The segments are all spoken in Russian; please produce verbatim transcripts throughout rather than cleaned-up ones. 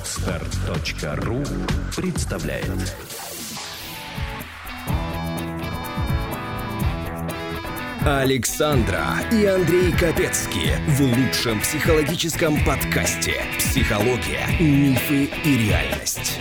Подстер точка ру представляет. Александра и Андрей Капецки в лучшем психологическом подкасте «Психология, мифы и реальность».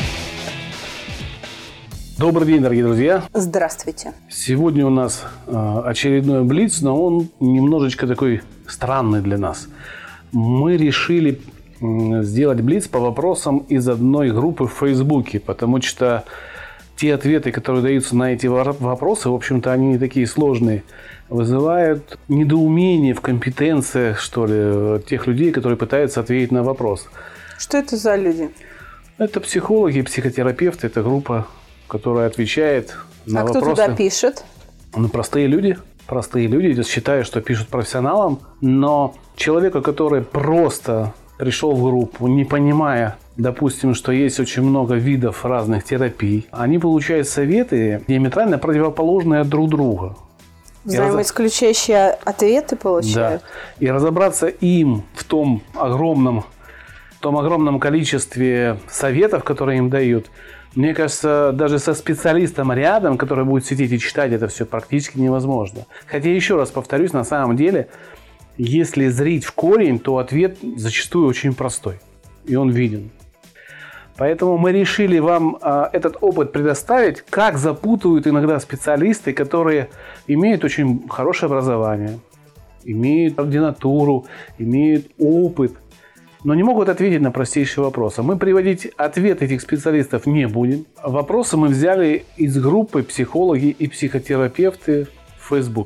Добрый день, дорогие друзья. Здравствуйте. Сегодня у нас э, очередной блиц, но он немножечко такой странный для нас. Мы решили э, сделать блиц по вопросам из одной группы в Фейсбуке, потому что те ответы, которые даются на эти вопросы, в общем-то, они не такие сложные, вызывают недоумение в компетенциях, что ли, тех людей, которые пытаются ответить на вопрос. Что это за люди? Это психологи, психотерапевты, это группа, которая отвечает на а вопросы. А кто туда пишет? Ну, простые люди. Простые люди. Я считаю, что пишут профессионалам, но человеку, который просто пришел в группу, не понимая, допустим, что есть очень много видов разных терапий, они получают советы диаметрально противоположные от друг друга. Взаимоисключающие раз... ответы получают? Да. И разобраться им в том огромном, в том огромном количестве советов, которые им дают, мне кажется, даже со специалистом рядом, который будет сидеть и читать это все, практически невозможно. Хотя, еще раз повторюсь, на самом деле, если зрить в корень, то ответ зачастую очень простой. И он виден. Поэтому мы решили вам а, этот опыт предоставить, как запутывают иногда специалисты, которые имеют очень хорошее образование, имеют ординатуру, имеют опыт, но не могут ответить на простейшие вопросы. Мы приводить ответы этих специалистов не будем. Вопросы мы взяли из группы «Психологи и психотерапевты» в Facebook.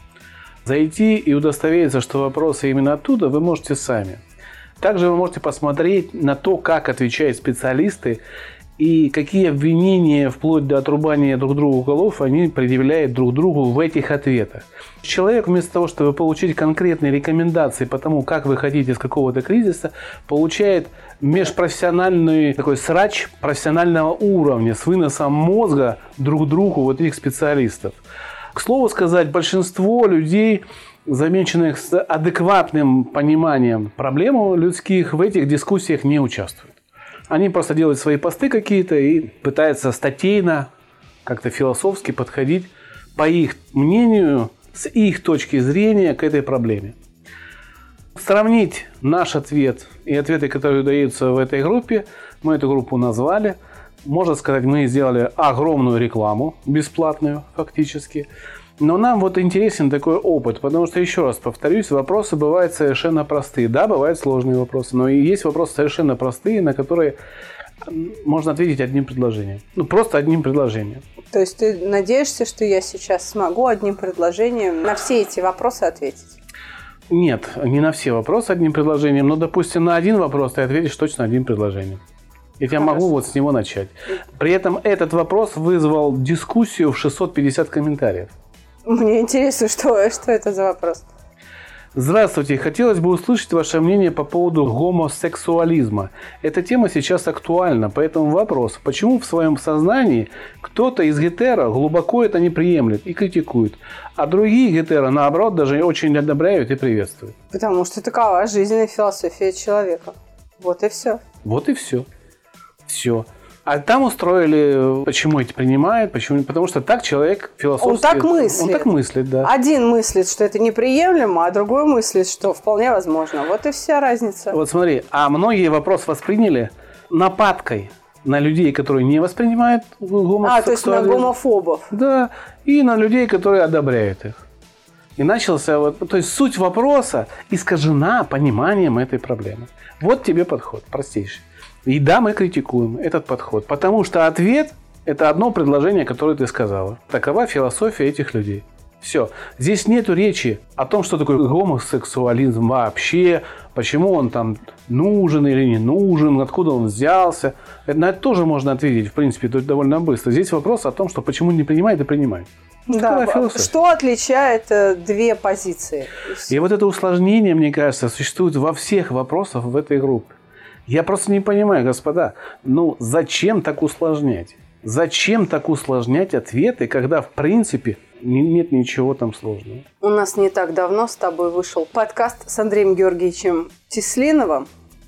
Зайти и удостовериться, что вопросы именно оттуда, вы можете сами. Также вы можете посмотреть на то, как отвечают специалисты и какие обвинения, вплоть до отрубания друг другу голов, они предъявляют друг другу в этих ответах. Человек вместо того, чтобы получить конкретные рекомендации по тому, как выходить из какого-то кризиса, получает межпрофессиональный такой срач профессионального уровня с выносом мозга друг другу вот этих специалистов. К слову сказать, большинство людей, замеченных с адекватным пониманием проблем людских, в этих дискуссиях не участвуют. Они просто делают свои посты какие-то и пытаются статейно, как-то философски подходить, по их мнению, с их точки зрения к этой проблеме. Сравнить наш ответ и ответы, которые даются в этой группе, мы эту группу назвали. Можно сказать, мы сделали огромную рекламу, бесплатную фактически. Но нам вот интересен такой опыт, потому что, еще раз повторюсь, вопросы бывают совершенно простые. Да, бывают сложные вопросы, но и есть вопросы совершенно простые, на которые можно ответить одним предложением. Ну, просто одним предложением. То есть ты надеешься, что я сейчас смогу одним предложением на все эти вопросы ответить? Нет, не на все вопросы одним предложением, но, допустим, на один вопрос ты ответишь точно одним предложением. И я могу вот с него начать. При этом этот вопрос вызвал дискуссию в шестьсот пятьдесят комментариев. Мне интересно, что, что это за вопрос. Здравствуйте. Хотелось бы услышать ваше мнение по поводу гомосексуализма. Эта тема сейчас актуальна, поэтому вопрос, почему в своем сознании кто-то из гетеро глубоко это не приемлет и критикует, а другие гетеро, наоборот, даже очень одобряют и приветствуют? Потому что такова жизненная философия человека. Вот и все. Вот и все. Все. А там устроили, почему эти принимают, почему, потому что так человек философски... Он так мыслит. Он так мыслит, да. Один мыслит, что это неприемлемо, а другой мыслит, что вполне возможно. Вот и вся разница. Вот смотри, а многие вопрос восприняли нападкой на людей, которые не воспринимают гомосексуализм. А, то есть на гомофобов. Да, и на людей, которые одобряют их. И начался вот... То есть суть вопроса искажена пониманием этой проблемы. Вот тебе подход, простейший. И да, мы критикуем этот подход, потому что ответ – это одно предложение, которое ты сказала. Такова философия этих людей. Все. Здесь нету речи о том, что такое гомосексуализм вообще, почему он там нужен или не нужен, откуда он взялся. На это тоже можно ответить, в принципе, довольно быстро. Здесь вопрос о том, что почему не принимает и принимает. Да, что отличает э, две позиции? И вот это усложнение, мне кажется, существует во всех вопросах в этой группе. Я просто не понимаю, господа, ну зачем так усложнять? Зачем так усложнять ответы, когда в принципе нет ничего там сложного? У нас не так давно с тобой вышел подкаст с Андреем Георгиевичем Теслиновым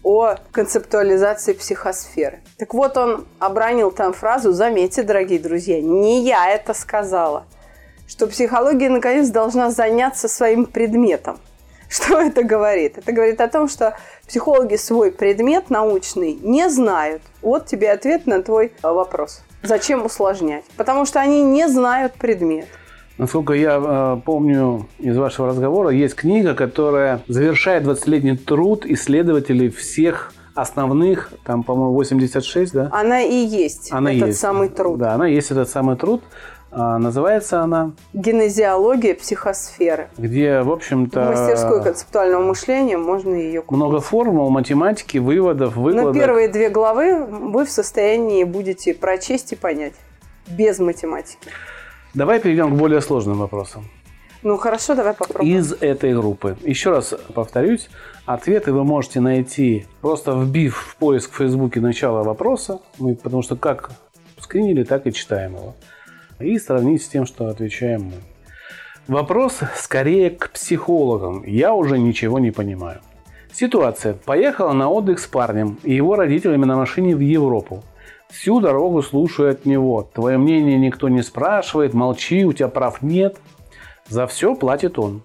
о концептуализации психосферы. Так вот, он обронил там фразу, заметьте, дорогие друзья, не я это сказала, что психология, наконец, должна заняться своим предметом. Что это говорит? Это говорит о том, что психологи свой предмет научный не знают. Вот тебе ответ на твой вопрос. Зачем усложнять? Потому что они не знают предмет. Насколько я э, помню из вашего разговора, есть книга, которая завершает двадцатилетний труд исследователей всех основных, там, по-моему, восемьдесят шесть, да? Она и есть она этот есть. самый труд. Да, она есть этот самый труд. А, называется она «Генезиология психосферы». Где, в общем-то... В мастерской концептуального мышления можно ее купить. Много формул, математики, выводов, выкладок. Но первые две главы вы в состоянии будете прочесть и понять. Без математики. Давай перейдем к более сложным вопросам. Ну хорошо, давай попробуем. Из этой группы. Еще раз повторюсь, ответы вы можете найти, просто вбив в поиск в Фейсбуке начало вопроса, мы, потому что как скринили, так и читаем его. И сравнить с тем, что отвечаем мы. Вопрос скорее к психологам. Я уже ничего не понимаю. Ситуация. Поехала на отдых с парнем и его родителями на машине в Европу. Всю дорогу слушаю от него. Твое мнение никто не спрашивает, молчи, у тебя прав нет. За все платит он.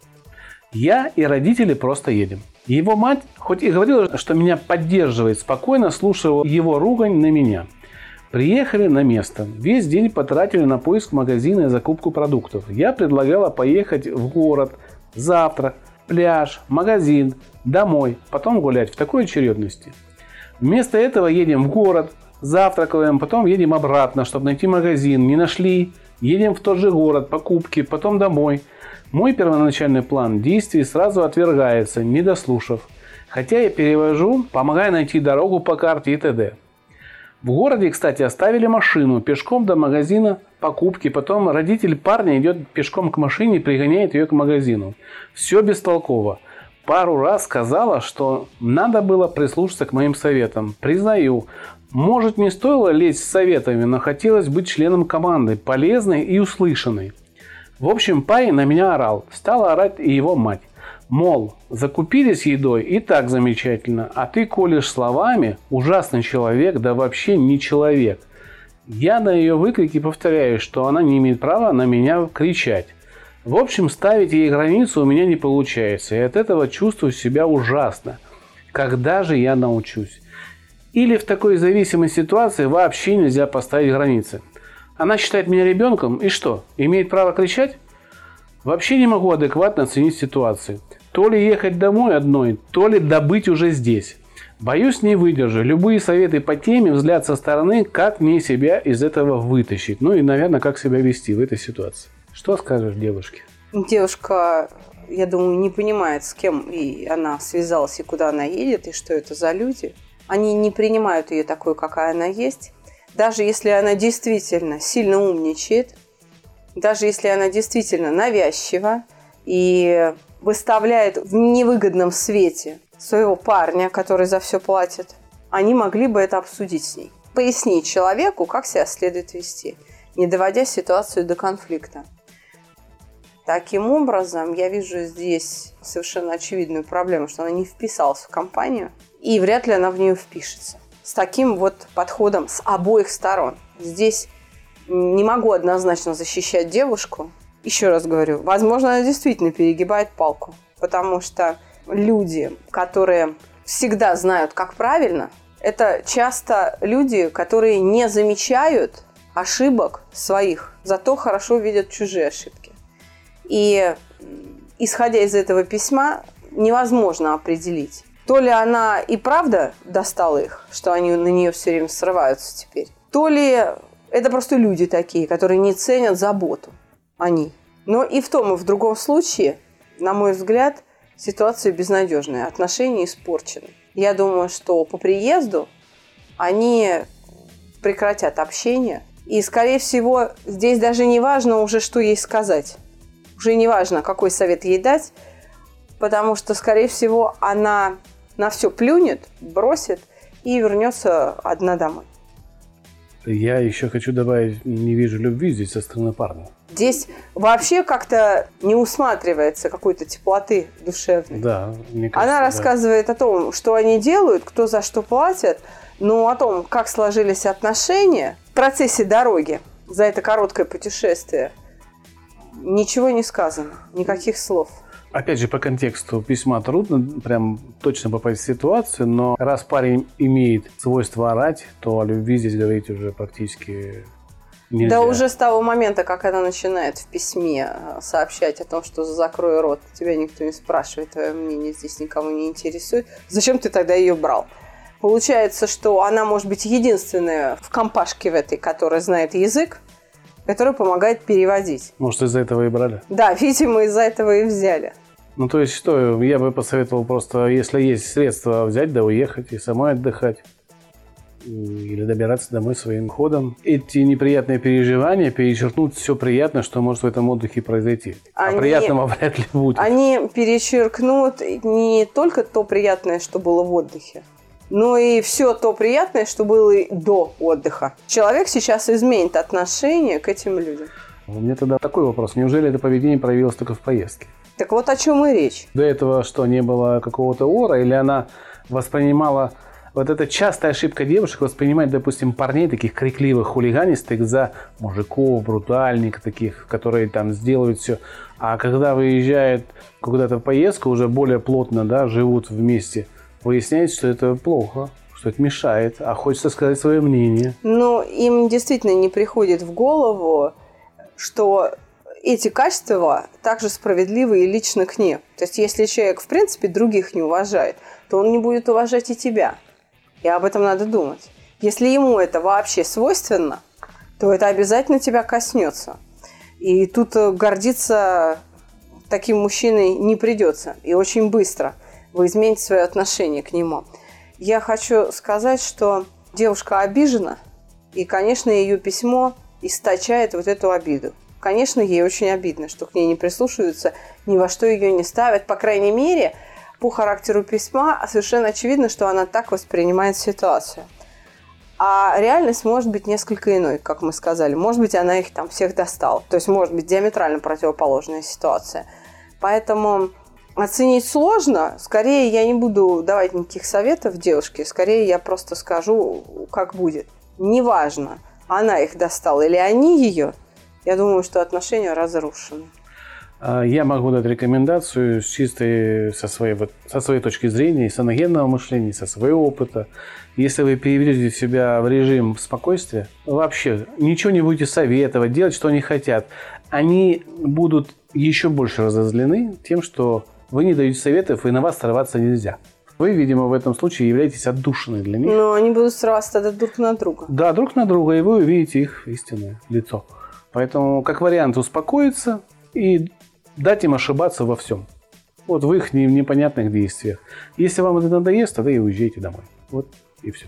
Я и родители просто едем. Его мать, хоть и говорила, что меня поддерживает, спокойно слушала его ругань на меня. Приехали на место. Весь день потратили на поиск магазина и закупку продуктов. Я предлагала поехать в город, завтрак, пляж, магазин, домой, потом гулять в такой очередности. Вместо этого едем в город, завтракаем, потом едем обратно, чтобы найти магазин. Не нашли, едем в тот же город, покупки, потом домой. Мой первоначальный план действий сразу отвергается, не дослушав. Хотя я перевожу, помогая найти дорогу по карте и т.д. В городе, кстати, оставили машину, пешком до магазина, покупки. Потом родитель парня идет пешком к машине и пригоняет ее к магазину. Все бестолково. Пару раз сказала, что надо было прислушаться к моим советам. Признаю, может, не стоило лезть с советами, но хотелось быть членом команды, полезной и услышанной. В общем, парень на меня орал. Стала орать и его мать. Мол, закупились едой и так замечательно, а ты колешь словами ужасный человек, да вообще не человек. Я на ее выкрики повторяю, что она не имеет права на меня кричать. В общем, ставить ей границу у меня не получается, и от этого чувствую себя ужасно. Когда же я научусь? Или в такой зависимой ситуации вообще нельзя поставить границы? Она считает меня ребенком, и что, имеет право кричать? Вообще не могу адекватно оценить ситуацию. То ли ехать домой одной, то ли добыть уже здесь. Боюсь, не выдержу. Любые советы по теме, взгляд со стороны, как мне себя из этого вытащить. Ну и, наверное, как себя вести в этой ситуации. Что скажешь девушке? Девушка, я думаю, не понимает, с кем и она связалась, и куда она едет, и что это за люди. Они не принимают ее такой, какая она есть. Даже если она действительно сильно умничает, даже если она действительно навязчива и выставляет в невыгодном свете своего парня, который за все платит, они могли бы это обсудить с ней. Пояснить человеку, как себя следует вести, не доводя ситуацию до конфликта. Таким образом, я вижу здесь совершенно очевидную проблему, что она не вписалась в компанию, и вряд ли она в нее впишется. С таким вот подходом с обоих сторон. Здесь не могу однозначно защищать девушку. Еще раз говорю, возможно, она действительно перегибает палку, потому что люди, которые всегда знают, как правильно, это часто люди, которые не замечают ошибок своих, зато хорошо видят чужие ошибки. И исходя из этого письма, невозможно определить, то ли она и правда достала их, что они на нее все время срываются теперь, то ли это просто люди такие, которые не ценят заботу о ней. Но и в том, и в другом случае, на мой взгляд, ситуация безнадежная, отношения испорчены. Я думаю, что по приезду они прекратят общение. И, скорее всего, здесь даже не важно уже, что ей сказать. Уже не важно, какой совет ей дать, потому что, скорее всего, она на все плюнет, бросит и вернется одна домой. Я еще хочу добавить, не вижу любви здесь со стороны парня. Здесь вообще как-то не усматривается какой-то теплоты душевной. Да, мне кажется, Она да. рассказывает о том, что они делают, кто за что платит, но о том, как сложились отношения в процессе дороги за это короткое путешествие, ничего не сказано, никаких слов. Опять же, по контексту письма трудно прям точно попасть в ситуацию, но раз парень имеет свойство орать, то о любви здесь говорить уже практически нельзя. Да уже с того момента, как она начинает в письме сообщать о том, что закрой рот, тебя никто не спрашивает, твое мнение здесь никого не интересует, зачем ты тогда ее брал? Получается, что она может быть единственная в компашке в этой, которая знает язык, которая помогает переводить. Может, из-за этого и брали? Да, видимо, из-за этого и взяли. Ну, то есть, что, я бы посоветовал просто, если есть средства, взять да уехать и самой отдыхать. Или добираться домой своим ходом. Эти неприятные переживания перечеркнут все приятное, что может в этом отдыхе произойти. Они, а приятного вряд ли будет. Они перечеркнут не только то приятное, что было в отдыхе, но и все то приятное, что было и до отдыха. Человек сейчас изменит отношение к этим людям. У меня тогда такой вопрос. Неужели это поведение проявилось только в поездке? Так вот о чем и речь. До этого что, не было какого-то ора? Или она воспринимала... Вот это частая ошибка девушек воспринимать, допустим, парней таких крикливых, хулиганистых за мужиков, брутальников таких, которые там сделают все. А когда выезжают куда-то в поездку, уже более плотно, да, живут вместе, выясняется, что это плохо, что это мешает, а хочется сказать свое мнение. Но им действительно не приходит в голову, что эти качества также справедливы и лично к ним. То есть, если человек, в принципе, других не уважает, то он не будет уважать и тебя. И об этом надо думать. Если ему это вообще свойственно, то это обязательно тебя коснется. И тут гордиться таким мужчиной не придется. И очень быстро вы измените свое отношение к нему. Я хочу сказать, что девушка обижена, и, конечно, ее письмо источает вот эту обиду. Конечно, ей очень обидно, что к ней не прислушиваются, ни во что ее не ставят. По крайней мере, по характеру письма совершенно очевидно, что она так воспринимает ситуацию. А реальность может быть несколько иной, как мы сказали. Может быть, она их там всех достала. То есть, может быть, диаметрально противоположная ситуация. Поэтому оценить сложно. Скорее, я не буду давать никаких советов девушке. Скорее, я просто скажу, как будет. Неважно, она их достала или они ее. Я думаю, что отношения разрушены. Я могу дать рекомендацию с чистой, со своей, вот, со своей точки зрения, саногенного мышления, со своего опыта. Если вы переведете себя в режим спокойствия, вообще ничего не будете советовать, делать, что они хотят, они будут еще больше разозлены тем, что вы не даете советов, и на вас срываться нельзя. Вы, видимо, в этом случае являетесь отдушиной для них. Но они будут срываться тогда друг на друга. Да, друг на друга, и вы увидите их истинное лицо. Поэтому, как вариант, успокоиться и дать им ошибаться во всем. Вот в их непонятных действиях. Если вам это надоест, тогда и уезжайте домой. Вот и все.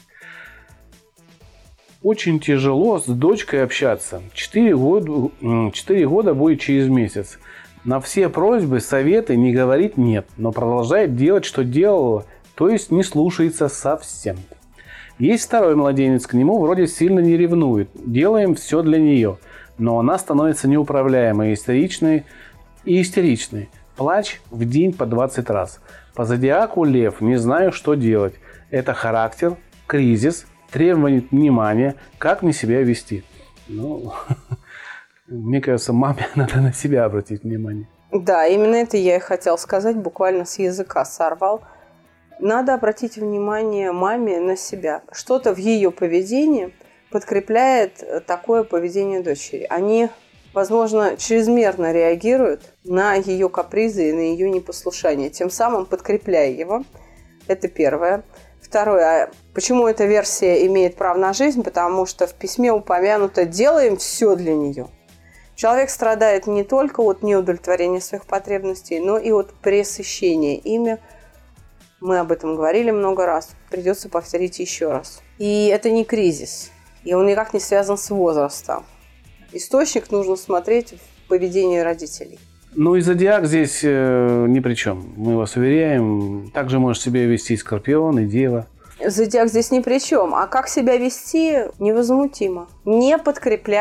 Очень тяжело с дочкой общаться. Четыре года, четыре года будет через месяц. На все просьбы, советы не говорит нет, но продолжает делать, что делала, то есть не слушается совсем. Есть второй младенец, к нему вроде сильно не ревнует. Делаем все для нее. Но она становится неуправляемой, истеричной и истеричной. Плач в день по двадцать раз. По зодиаку лев, не знаю, что делать. Это характер, кризис, требование внимания, как мне себя вести. Ну, мне кажется, маме надо на себя обратить внимание. Да, именно это я и хотел сказать, буквально с языка сорвал. Надо обратить внимание маме на себя. Что-то в ее поведении подкрепляет такое поведение дочери. Они, возможно, чрезмерно реагируют на ее капризы и на ее непослушание, тем самым подкрепляя его. Это первое. Второе. Почему эта версия имеет право на жизнь? Потому что в письме упомянуто «делаем все для нее». Человек страдает не только от неудовлетворения своих потребностей, но и от пресыщения ими. Мы об этом говорили много раз. Придется повторить еще раз. И это не кризис. И он никак не связан с возрастом. Источник нужно смотреть в поведении родителей. Ну и зодиак здесь э, ни при чем. Мы вас уверяем. Также может себя вести Скорпион и Дева. Зодиак здесь ни при чем. А как себя вести? Невозмутимо. Не подкреплять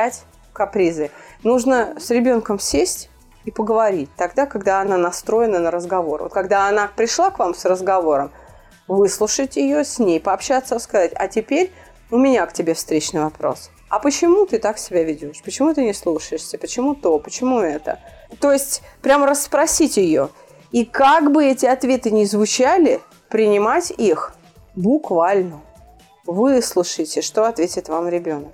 капризы. Нужно с ребенком сесть и поговорить тогда, когда она настроена на разговор. Вот когда она пришла к вам с разговором, выслушать ее, с ней пообщаться, сказать, а теперь у меня к тебе встречный вопрос. А почему ты так себя ведешь? Почему ты не слушаешься? Почему то? Почему это? То есть прямо расспросить ее. И как бы эти ответы ни звучали, принимать их буквально. Выслушайте, что ответит вам ребенок.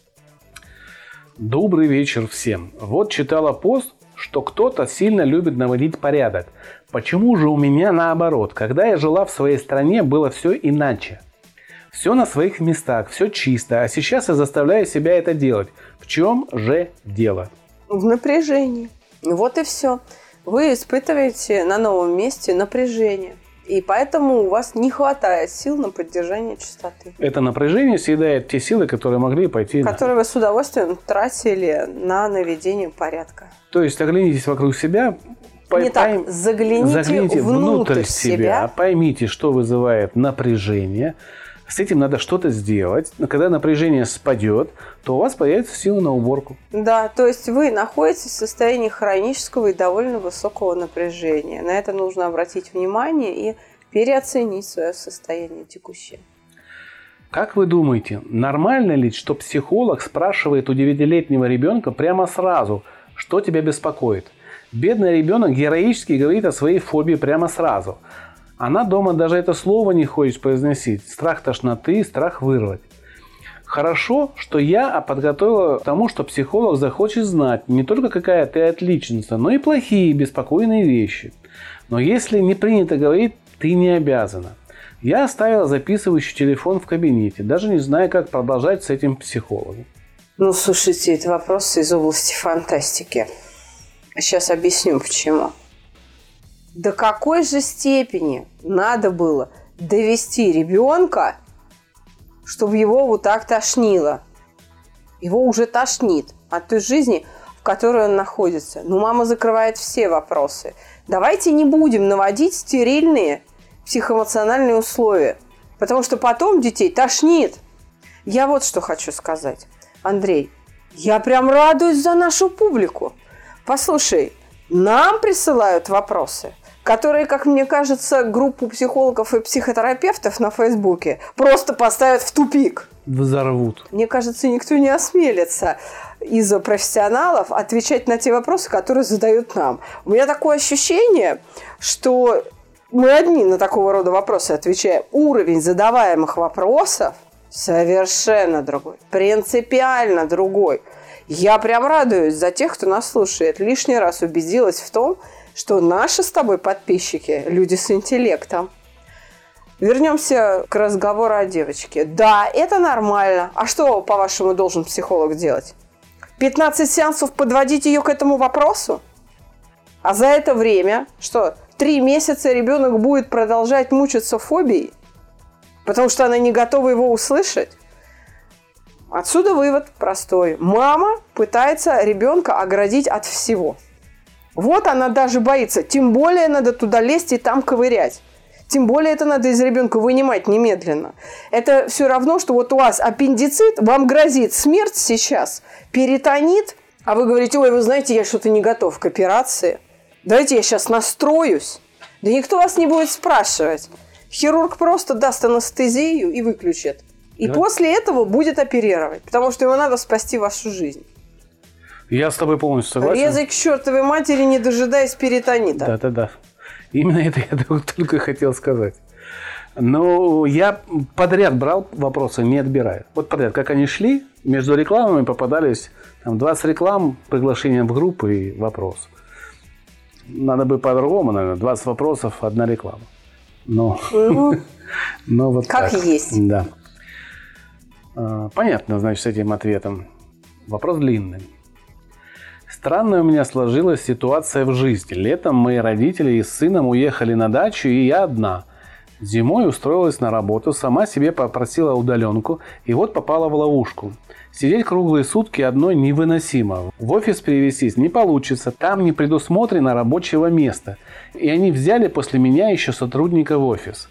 Добрый вечер всем. Вот читала пост, что кто-то сильно любит наводить порядок. Почему же у меня наоборот? Когда я жила в своей стране, было все иначе. Все на своих местах, все чисто, а сейчас я заставляю себя это делать. В чем же дело? В напряжении. Вот и все. Вы испытываете на новом месте напряжение. И поэтому у вас не хватает сил на поддержание чистоты. Это напряжение съедает те силы, которые могли пойти... Которые вы с удовольствием тратили на наведение порядка. То есть оглянитесь вокруг себя... Не так, загляните, загляните внутрь, внутрь себя. себя, поймите, что вызывает напряжение. С этим надо что-то сделать. Но когда напряжение спадет, то у вас появится сила на уборку. Да, то есть вы находитесь в состоянии хронического и довольно высокого напряжения. На это нужно обратить внимание и переоценить свое состояние текущее. Как вы думаете, нормально ли, что психолог спрашивает у девятилетнего ребенка прямо сразу, что тебя беспокоит? Бедный ребенок героически говорит о своей фобии прямо сразу. Она дома даже это слово не хочет произносить. Страх тошноты, страх вырвать. Хорошо, что я подготовила к тому, что психолог захочет знать не только какая ты отличница, но и плохие, беспокойные вещи. Но если не принято говорить, ты не обязана. Я оставила записывающий телефон в кабинете, даже не знаю, как продолжать с этим психологом. Ну, слушайте, это вопрос из области фантастики. Сейчас объясню, почему. До какой же степени надо было довести ребенка, чтобы его вот так тошнило? Его уже тошнит от той жизни, в которой он находится. Ну, мама закрывает все вопросы. Давайте не будем наводить стерильные психоэмоциональные условия, потому что потом детей тошнит. Я вот что хочу сказать. Андрей, я прям радуюсь за нашу публику. Послушай, нам присылают вопросы, которые, как мне кажется, группу психологов и психотерапевтов на Фейсбуке просто поставят в тупик. Взорвут. Мне кажется, никто не осмелится из-за профессионалов отвечать на те вопросы, которые задают нам. У меня такое ощущение, что мы одни на такого рода вопросы отвечаем. Уровень задаваемых вопросов совершенно другой, принципиально другой. Я прям радуюсь за тех, кто нас слушает. Лишний раз убедилась в том, что наши с тобой подписчики – люди с интеллектом. Вернемся к разговору о девочке. Да, это нормально. А что, по-вашему, должен психолог делать? пятнадцать сеансов подводить ее к этому вопросу? А за это время, что, три месяца ребенок будет продолжать мучиться фобией? Потому что она не готова его услышать? Отсюда вывод простой. Мама пытается ребенка оградить от всего. Вот она даже боится. Тем более надо туда лезть и там ковырять. Тем более это надо из ребенка вынимать немедленно. Это все равно, что вот у вас аппендицит, вам грозит смерть сейчас, перитонит, а вы говорите, ой, вы знаете, я что-то не готов к операции. Давайте я сейчас настроюсь. Да никто вас не будет спрашивать. Хирург просто даст анестезию и выключит. И да. После этого будет оперировать, потому что ему надо спасти вашу жизнь. Я с тобой полностью согласен. Резай к чертовой матери, не дожидаясь перитонита. Да-да-да. Именно это я только хотел сказать. Но я подряд брал вопросы, не отбирая. Вот подряд, как они шли, между рекламами попадались там, двадцать реклам, приглашение в группу и вопрос. Надо бы по-другому, наверное, двадцать вопросов, одна реклама. Но, ну, но вот как так. есть. Да. Понятно, значит, с этим ответом. Вопрос длинный. Странная у меня сложилась ситуация в жизни. Летом мои родители с сыном уехали на дачу, и я одна. Зимой устроилась на работу, сама себе попросила удаленку, и вот попала в ловушку. Сидеть круглые сутки одной невыносимо. В офис перевестись не получится, там не предусмотрено рабочего места. И они взяли после меня еще сотрудника в офис.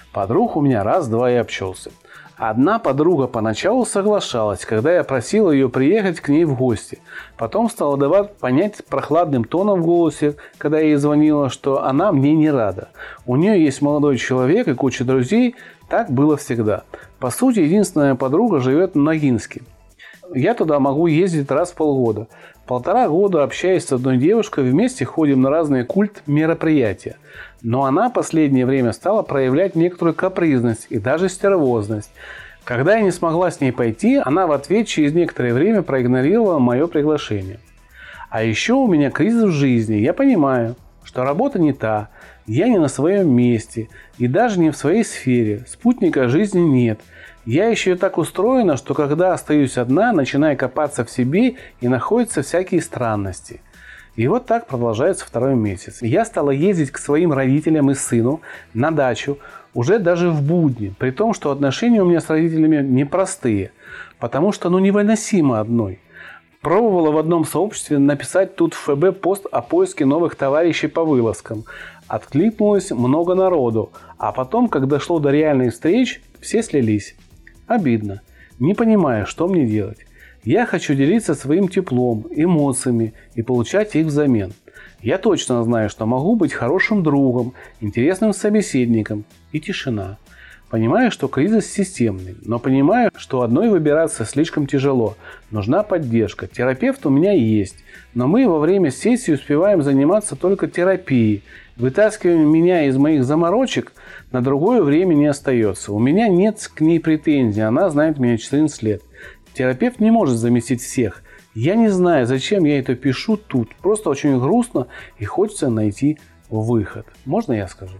Подруг у меня раз-два и обчелся. Одна подруга поначалу соглашалась, когда я просил ее приехать к ней в гости. Потом стала давать понять прохладным тоном в голосе, когда я ей звонила, что она мне не рада. У нее есть молодой человек и куча друзей. Так было всегда. По сути, единственная подруга живет в Ногинске. Я туда могу ездить раз в полгода. Полтора года общаясь с одной девушкой, вместе ходим на разные культ-мероприятия. Но она последнее время стала проявлять некоторую капризность и даже стервозность. Когда я не смогла с ней пойти, она в ответ через некоторое время проигнорировала мое приглашение. А еще у меня кризис в жизни. Я понимаю, что работа не та, я не на своем месте и даже не в своей сфере. Спутника жизни нет. Я еще и так устроена, что когда остаюсь одна, начинаю копаться в себе и находятся всякие странности. И вот так продолжается второй месяц. Я стала ездить к своим родителям и сыну на дачу уже даже в будни, при том, что отношения у меня с родителями непростые, потому что ну невыносимо одной. Пробовала в одном сообществе написать тут в ФБ пост о поиске новых товарищей по вылазкам. Откликнулось много народу, а потом, когда дошло до реальных встреч, все слились. Обидно. Не понимаю, что мне делать. Я хочу делиться своим теплом, эмоциями и получать их взамен. Я точно знаю, что могу быть хорошим другом, интересным собеседником и тишина. Понимаю, что кризис системный, но понимаю, что одной выбираться слишком тяжело. Нужна поддержка. Терапевт у меня есть, но мы во время сессии успеваем заниматься только терапией. Вытаскивание меня из моих заморочек на другое время не остается. У меня нет к ней претензий, она знает меня четырнадцать лет. Терапевт не может заместить всех. Я не знаю, зачем я это пишу тут. Просто очень грустно и хочется найти выход. Можно я скажу?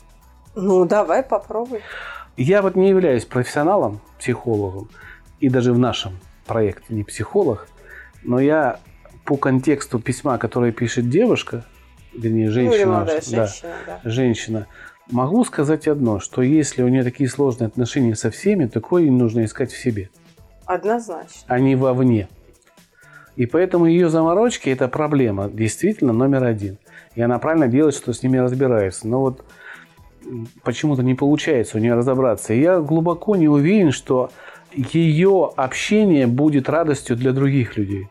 Ну, давай попробуй. Я вот не являюсь профессионалом, психологом, и даже в нашем проекте не психолог, но я по контексту письма, которое пишет девушка, вернее, женщина, ну, женщина, да, да. женщина, могу сказать одно, что если у нее такие сложные отношения со всеми, такое нужно искать в себе. Однозначно. А не вовне. И поэтому ее заморочки – это проблема, действительно, номер один. И она правильно делает, что с ними разбирается. Но вот почему-то не получается у нее разобраться. И я глубоко не уверен, что ее общение будет радостью для других людей.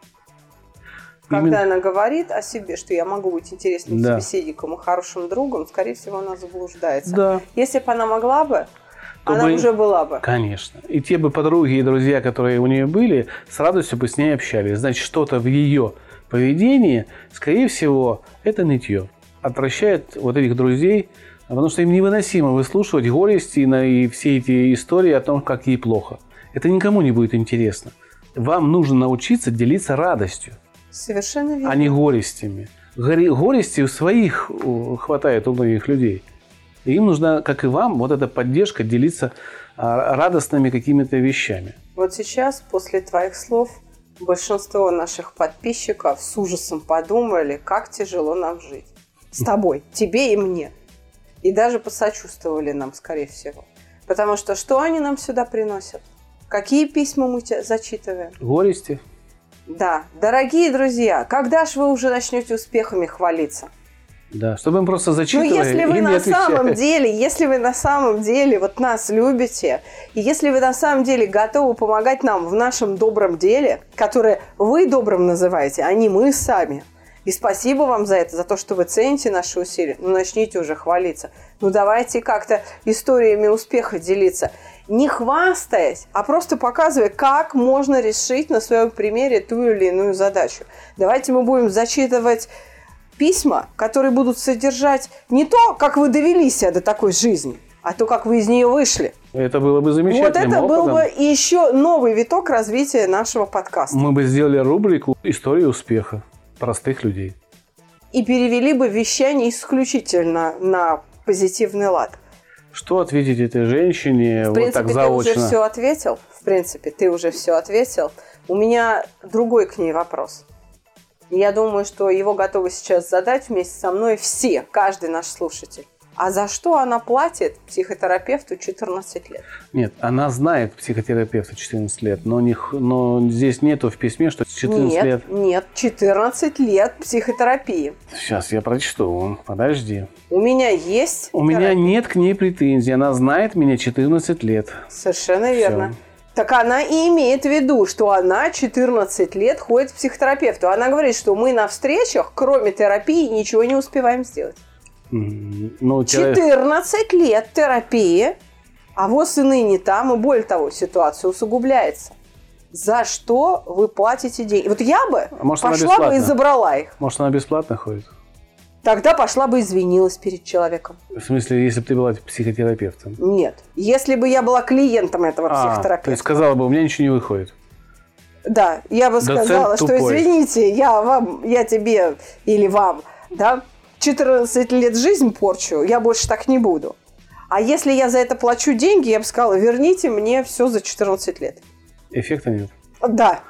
Когда Именно... она говорит о себе, что я могу быть интересным да. собеседником и хорошим другом, скорее всего, она заблуждается. Да. Если бы она могла бы, то она бы... уже была бы. Конечно. И те бы подруги и друзья, которые у нее были, с радостью бы с ней общались. Значит, что-то в ее поведении, скорее всего, это нытье. Отвращает вот этих друзей, потому что им невыносимо выслушивать горести и все эти истории о том, как ей плохо. Это никому не будет интересно. Вам нужно научиться делиться радостью. Совершенно верно. А не горестями. Горести у своих хватает у многих людей. И им нужна, как и вам, вот эта поддержка, делиться радостными какими-то вещами. Вот сейчас, после твоих слов, большинство наших подписчиков с ужасом подумали, как тяжело нам жить. С тобой, тебе и мне. И даже посочувствовали нам, скорее всего. Потому что что они нам сюда приносят? Какие письма мы зачитываем? Горести. Да. Дорогие друзья, когда же вы уже начнете успехами хвалиться? Да, чтобы им просто зачитывали. Ну, если вы на самом деле, если вы на самом деле вот нас любите, и если вы на самом деле готовы помогать нам в нашем добром деле, которое вы добрым называете, а не мы сами, и спасибо вам за это, за то, что вы цените наши усилия, ну, начните уже хвалиться. Ну, давайте как-то историями успеха делиться. Не хвастаясь, а просто показывая, как можно решить на своем примере ту или иную задачу. Давайте мы будем зачитывать письма, которые будут содержать не то, как вы довели себя до такой жизни, а то, как вы из нее вышли. Это было бы замечательным Вот это опытом. был бы еще новый виток развития нашего подкаста. Мы бы сделали рубрику «История успеха простых людей». И перевели бы вещание исключительно на позитивный лад. Что ответить этой женщине В вот принципе, так заочно? ты уже все ответил. В принципе, ты уже все ответил. У меня другой к ней вопрос. Я думаю, что его готовы сейчас задать вместе со мной все, каждый наш слушатель. А за что она платит психотерапевту четырнадцать лет? Нет, она знает психотерапевта четырнадцать лет, но, не, но здесь нету в письме, что четырнадцать нет, лет. Нет, четырнадцать лет психотерапии. Сейчас я прочту, подожди. У меня есть У терапия. Меня нет к ней претензий, она знает меня четырнадцать лет. Совершенно верно. Все. Так она и имеет в виду, что она четырнадцать лет ходит к психотерапевту. Она говорит, что мы на встречах, кроме терапии, ничего не успеваем сделать. Ну, четырнадцать лет терапии, а вот и ныне там, и более того, ситуация усугубляется. За что вы платите деньги? Вот я бы а может, пошла бы и забрала их. Может, она бесплатно ходит? Тогда пошла бы и извинилась перед человеком. В смысле, если бы ты была психотерапевтом? Нет. Если бы я была клиентом этого а, психотерапевта. То есть сказала бы, у меня ничего не выходит. Да, я бы сказала, что извините, я вам, я тебе или вам, да, четырнадцать лет жизнь порчу, я больше так не буду. А если я за это плачу деньги, я бы сказала, верните мне все за четырнадцать лет. Эффекта нет? Да.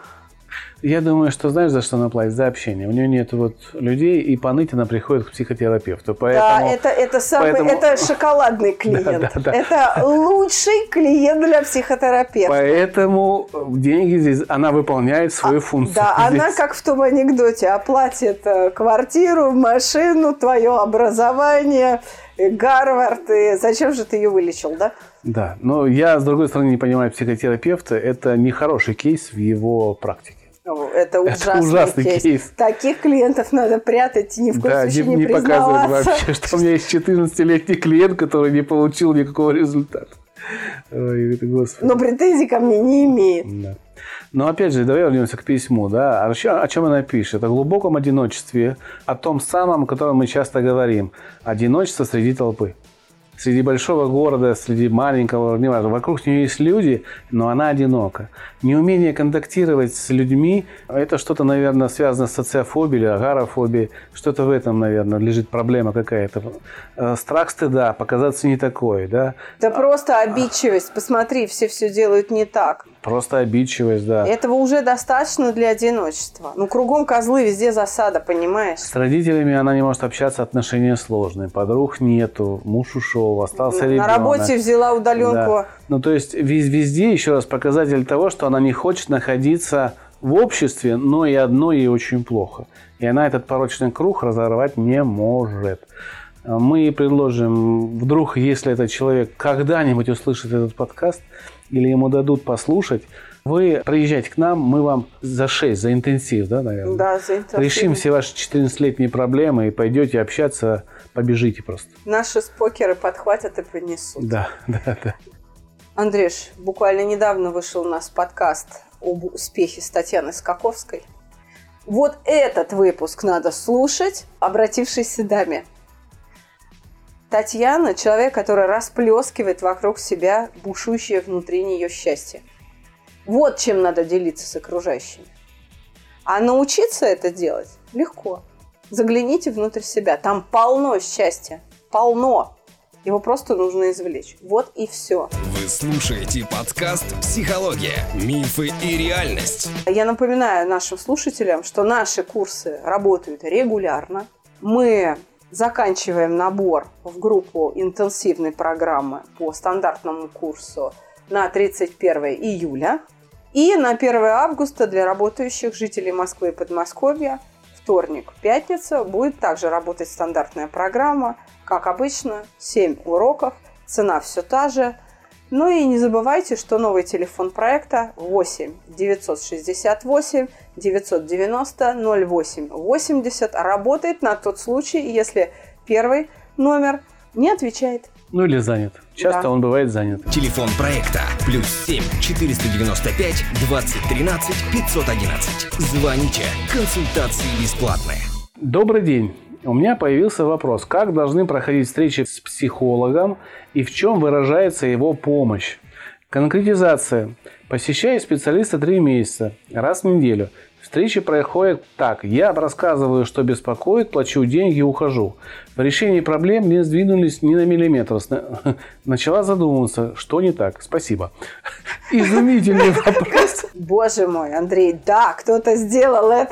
Я думаю, что знаешь, за что она платит? За общение. У нее нет вот людей, и поныть она приходит к психотерапевту. Поэтому, да, это, это, самый, поэтому... это шоколадный клиент. Да, да, да. Это лучший клиент для психотерапевта. Поэтому деньги здесь, она выполняет свою а, функцию. Да, здесь. Она, как в том анекдоте, оплатит квартиру, машину, твое образование, Гарвард. И зачем же ты ее вылечил, да? Да, но я, с другой стороны, не понимаю психотерапевта. Это не хороший кейс в его практике. Это ужасный, это ужасный кейс. кейс. Таких клиентов надо прятать и ни в коем да, случае не, не, не признаваться. показывать вообще, что у меня есть четырнадцатилетний клиент, который не получил никакого результата. Ой, это господи. Но претензий ко мне не имеет. Да. Но опять же, давай вернемся к письму. Да? О чем она пишет? О глубоком одиночестве, о том самом, о котором мы часто говорим. Одиночество среди толпы. Среди большого города, среди маленького, неважно, вокруг нее есть люди, но она одинока. Неумение контактировать с людьми, это что-то, наверное, связано с социофобией или агорафобией. Что-то в этом, наверное, лежит проблема какая-то. Страх стыда, показаться не такой, да? Да просто обидчивость. Посмотри, все все делают не так. Просто обидчивость, да. Этого уже достаточно для одиночества. Ну, кругом козлы, везде засада, понимаешь? С родителями она не может общаться, отношения сложные. Подруг нету, муж ушел, остался ребенок. На работе взяла удаленку. Да. Ну, то есть везде, еще раз, показатель того, что она не хочет находиться в обществе, но и одной ей очень плохо. И она этот порочный круг разорвать не может. Мы предложим, вдруг, если этот человек когда-нибудь услышит этот подкаст, или ему дадут послушать, вы приезжайте к нам, мы вам за шесть, за интенсив, да, наверное? Да, за интенсив. Решим все ваши четырнадцатилетние проблемы и пойдете общаться, побежите просто. Наши спокеры подхватят и принесут. Да, да, да. Андрюш, буквально недавно вышел у нас подкаст об успехе с Татьяной Скаковской. Вот этот выпуск надо слушать, обратившейся даме. Татьяна – человек, который расплескивает вокруг себя бушующее внутри нее счастье. Вот чем надо делиться с окружающими. А научиться это делать легко. Загляните внутрь себя. Там полно счастья. Полно. Его просто нужно извлечь. Вот и все. Вы слушаете подкаст «Психология. Мифы и реальность». Я напоминаю нашим слушателям, что наши курсы работают регулярно. Мы заканчиваем набор в группу интенсивной программы по стандартному курсу на тридцать первое июля. И на первое августа для работающих жителей Москвы и Подмосковья вторник, пятница будет также работать стандартная программа. Как обычно, семь уроков, цена все та же. Ну и не забывайте, что новый телефон проекта восемь девятьсот шестьдесят восемь девятьсот девяносто ноль восемь восемьдесят работает на тот случай, если первый номер не отвечает. Ну или занят. Часто да. Он бывает занят. Телефон проекта плюс семь четыреста девяносто пять двадцать тринадцать пятьсот одиннадцать. Звоните. Консультации бесплатные. Добрый день. У меня появился вопрос, как должны проходить встречи с психологом и в чем выражается его помощь? Конкретизация. Посещаю специалиста три месяца, раз в неделю. Встречи проходят так. Я рассказываю, что беспокоит, плачу деньги и ухожу. В решении проблем не сдвинулись ни на миллиметр. Начала задумываться, что не так. Спасибо. Изумительный вопрос. Боже мой, Андрей, да, кто-то сделал это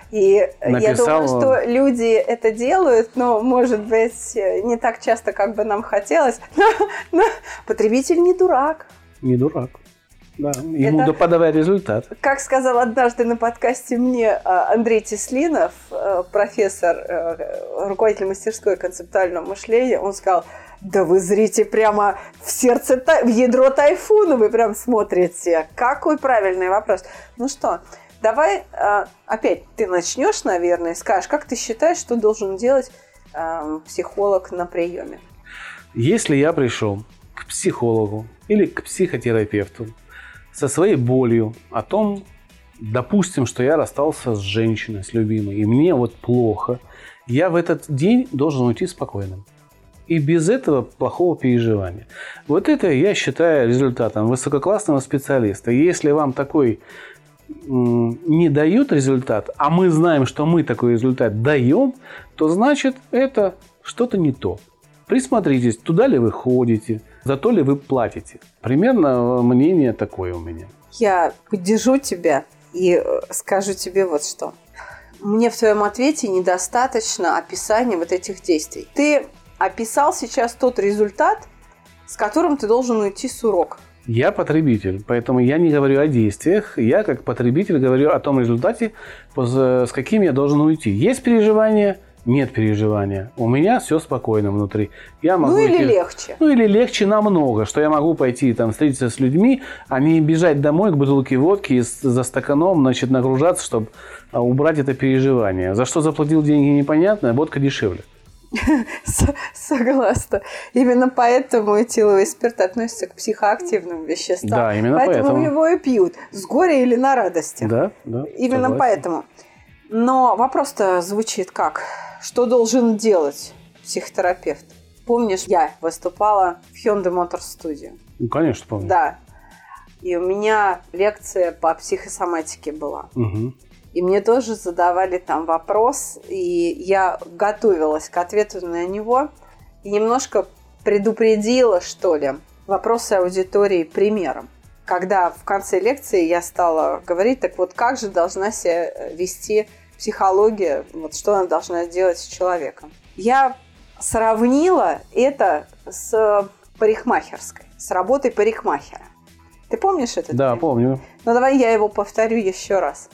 И Написал... я думаю, что люди это делают, но, может быть, не так часто, как бы нам хотелось. Но, но потребитель не дурак. Не дурак. Да, ему это, подавай результат. Как сказал однажды на подкасте мне Андрей Теслинов, профессор, руководитель мастерской концептуального мышления, он сказал: да вы зрите прямо в сердце, в ядро тайфуна, вы прям смотрите. Какой правильный вопрос. Ну что, давай опять ты начнешь, наверное, и скажешь, как ты считаешь, что должен делать психолог на приеме? Если я пришел к психологу или к психотерапевту со своей болью о том, допустим, что я расстался с женщиной, с любимой, и мне вот плохо, я в этот день должен уйти спокойным. И без этого плохого переживания. Вот это я считаю результатом высококлассного специалиста. Если вам такой м- не дают результат, а мы знаем, что мы такой результат даем, то значит это что-то не то. Присмотритесь, туда ли вы ходите, за то ли вы платите. Примерно мнение такое у меня. Я поддержу тебя и скажу тебе вот что. Мне в твоем ответе недостаточно описания вот этих действий. Ты описал сейчас тот результат, с которым ты должен уйти с урока. Я потребитель, поэтому я не говорю о действиях. Я как потребитель говорю о том результате, с каким я должен уйти. Есть переживания? Нет переживания. У меня все спокойно внутри. Я могу ну или идти... легче. Ну или легче намного, что я могу пойти там встретиться с людьми, а не бежать домой к бутылке водки и за стаканом, значит, нагружаться, чтобы убрать это переживание. За что заплатил деньги, непонятно, водка дешевле. Согласна. Именно поэтому этиловый спирт относится к психоактивным веществам. Да, именно поэтому. поэтому. Его и пьют. С горя или на радости. Да, да. Именно согласен. поэтому. Но вопрос-то звучит как? Что должен делать психотерапевт? Помнишь, я выступала в Hyundai Motor Studio? Ну, конечно, помню. Да. И у меня лекция по психосоматике была. Угу. И мне тоже задавали там вопрос, и я готовилась к ответу на него и немножко предупредила, что ли, вопросы аудитории примером. Когда в конце лекции я стала говорить, так вот, как же должна себя вести психология, вот что она должна делать с человеком. Я сравнила это с парикмахерской, с работой парикмахера. Ты помнишь это? Да, помню. Ну, давай я его повторю еще раз.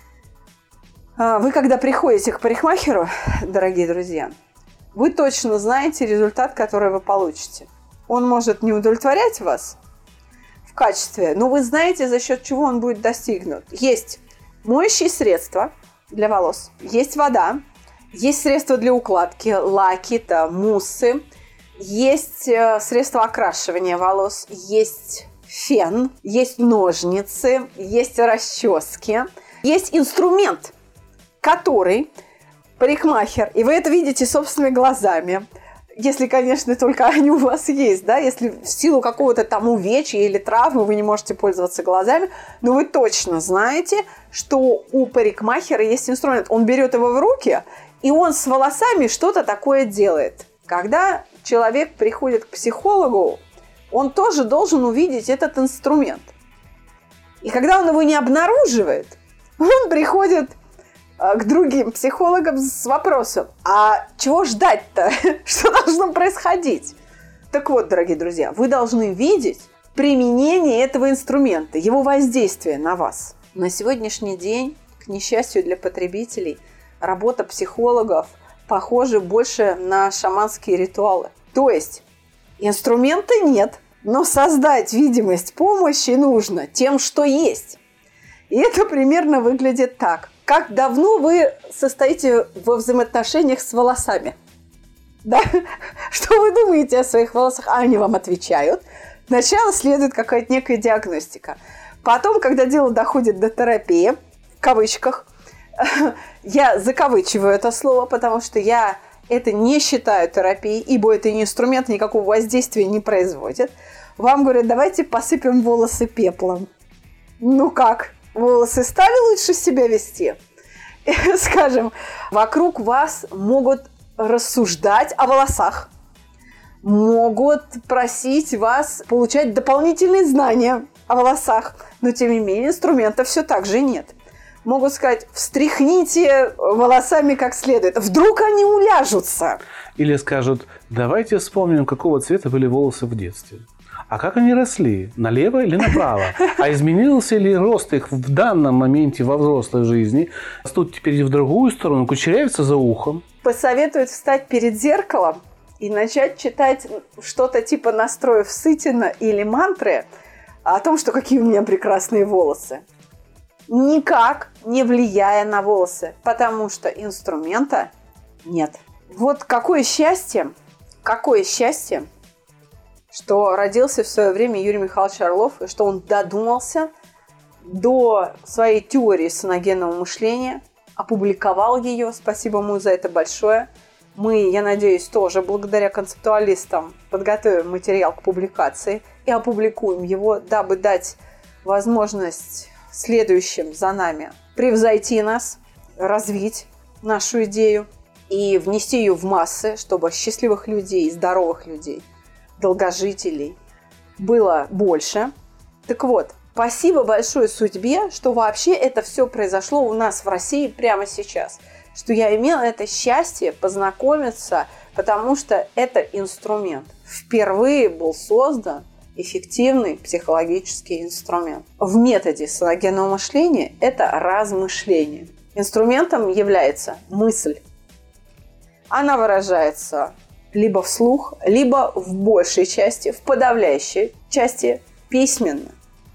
Вы, когда приходите к парикмахеру, дорогие друзья, вы точно знаете результат, который вы получите. Он может не удовлетворять вас в качестве, но вы знаете, за счет чего он будет достигнут. Есть моющие средства для волос, есть вода, есть средства для укладки, лаки, муссы, есть средства окрашивания волос, есть фен, есть ножницы, есть расчески, есть инструмент, который парикмахер, и вы это видите собственными глазами, если, конечно, только они у вас есть, да, если в силу какого-то там увечья или травмы вы не можете пользоваться глазами, но вы точно знаете, что у парикмахера есть инструмент. Он берет его в руки, и он с волосами что-то такое делает. Когда человек приходит к психологу, он тоже должен увидеть этот инструмент. И когда он его не обнаруживает, он приходит к другим психологам с вопросом: а чего ждать-то? Что должно происходить? Так вот, дорогие друзья, вы должны видеть применение этого инструмента, его воздействие на вас. На сегодняшний день, к несчастью для потребителей, работа психологов похожа больше на шаманские ритуалы. То есть инструмента нет, но создать видимость помощи нужно тем, что есть. И это примерно выглядит так. Как давно вы состоите во взаимоотношениях с волосами? Да? Что вы думаете о своих волосах? А они вам отвечают. Сначала следует какая-то некая диагностика. Потом, когда дело доходит до терапии, в кавычках, я закавычиваю это слово, потому что я это не считаю терапией, ибо это не инструмент, никакого воздействия не производит. Вам говорят: давайте посыпем волосы пеплом. Ну как? Волосы стали лучше себя вести? Скажем, вокруг вас могут рассуждать о волосах, могут просить вас получать дополнительные знания о волосах, но тем не менее инструмента все так же нет. могут сказать, встряхните волосами как следует. Вдруг они уляжутся. Или скажут, давайте вспомним, какого цвета были волосы в детстве. А как они росли? Налево или направо? А изменился ли рост их в данном моменте во взрослой жизни? Растут теперь в другую сторону, кучерявятся за ухом. Посоветуют встать перед зеркалом и начать читать что-то типа настроев Сытина или мантры о том, что какие у меня прекрасные волосы. Никак не влияя на волосы, потому что инструмента нет. Вот какое счастье, какое счастье, что родился в свое время Юрий Михайлович Орлов, и что он додумался до своей теории саногенного мышления, опубликовал ее, спасибо ему за это большое. Мы, я надеюсь, тоже благодаря концептуалистам подготовим материал к публикации и опубликуем его, дабы дать возможность следующим за нами превзойти нас, развить нашу идею и внести ее в массы, чтобы счастливых людей, здоровых людей, долгожителей было больше. Так вот, спасибо большое судьбе, что вообще это все произошло у нас в России прямо сейчас. Что я имела это счастье познакомиться, потому что это инструмент. Впервые был создан эффективный психологический инструмент. В методе саногенного мышления это размышление. Инструментом является мысль. Она выражается либо вслух, либо в большей части, в подавляющей части письменно.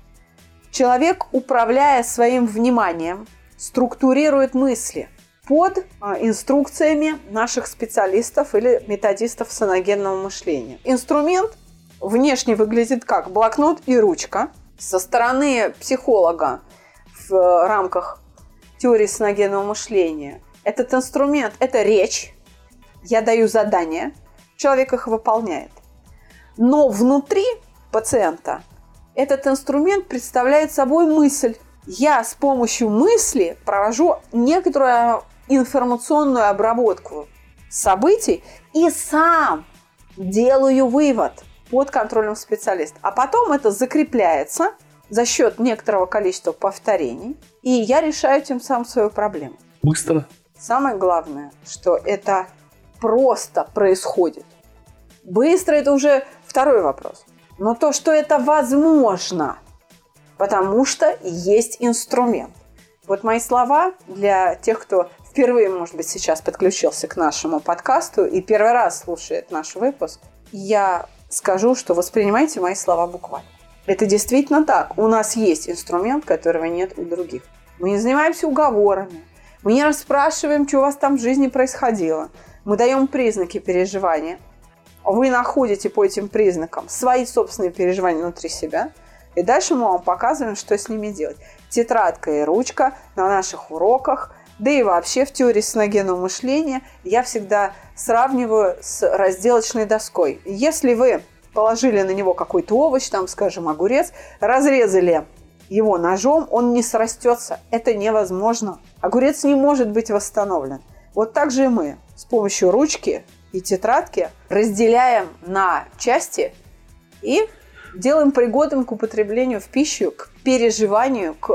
Человек, управляя своим вниманием, структурирует мысли под инструкциями наших специалистов или методистов саногенного мышления. Инструмент внешне выглядит как блокнот и ручка. Со стороны психолога в рамках теории саногенного мышления этот инструмент – это речь. Я даю задания, человек их выполняет. Но внутри пациента этот инструмент представляет собой мысль. Я с помощью мысли провожу некоторую информационную обработку событий и сам делаю вывод под контролем специалиста. А потом это закрепляется за счет некоторого количества повторений, и я решаю тем самым свою проблему. Быстро. Самое главное, что это просто происходит. Быстро – это уже второй вопрос. Но то, что это возможно, потому что есть инструмент. Вот мои слова для тех, кто впервые, может быть, сейчас подключился к нашему подкасту и первый раз слушает наш выпуск, я скажу, что воспринимайте мои слова буквально. Это действительно так. У нас есть инструмент, которого нет у других. Мы не занимаемся уговорами. Мы не расспрашиваем, что у вас там в жизни происходило. Мы даем признаки переживания. Вы находите по этим признакам свои собственные переживания внутри себя. И дальше мы вам показываем, что с ними делать. Тетрадка и ручка на наших уроках, да и вообще в теории саногенного мышления я всегда сравниваю с разделочной доской. Если вы положили на него какой-то овощ, там, скажем, огурец, разрезали его ножом, он не срастется. Это невозможно. Огурец не может быть восстановлен. Вот так же и мы с помощью ручки и тетрадки разделяем на части и делаем пригодным к употреблению в пищу, к переживанию, к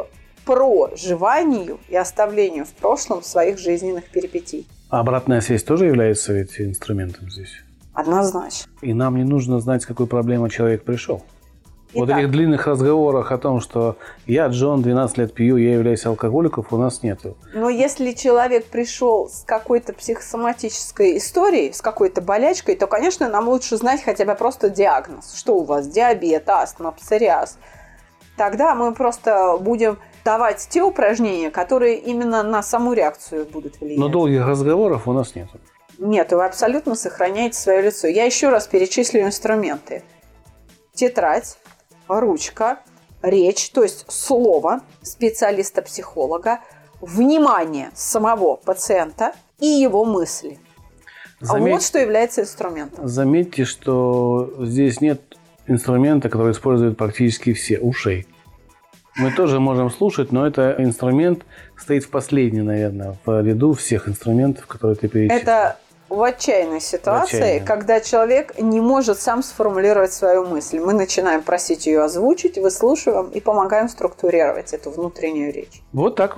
проживанию и оставлению в прошлом своих жизненных перипетий. А обратная связь тоже является ведь инструментом здесь? Однозначно. И нам не нужно знать, с какой проблемой человек пришел. Итак, вот этих длинных разговорах о том, что я, Джон, двенадцать лет пью, я являюсь алкоголиком, у нас нету. Но если человек пришел с какой-то психосоматической историей, с какой-то болячкой, то, конечно, нам лучше знать хотя бы просто диагноз. Что у вас? Диабет, астма, псориаз. Тогда мы просто будем давать те упражнения, которые именно на саму реакцию будут влиять. Но долгих разговоров у нас нету. Нет, вы абсолютно сохраняете свое лицо. Я еще раз перечислю инструменты. Тетрадь, ручка, речь, то есть слово специалиста-психолога, внимание самого пациента и его мысли. Заметь, вот что является инструментом. Заметьте, что здесь нет инструмента, который используют практически все, ушей. Мы тоже можем слушать, но это инструмент стоит в последней, наверное, в ряду всех инструментов, которые ты перечислил. Это в отчаянной ситуации, в отчаянной. Когда человек не может сам сформулировать свою мысль. Мы начинаем просить ее озвучить, выслушиваем и помогаем структурировать эту внутреннюю речь. Вот так вот.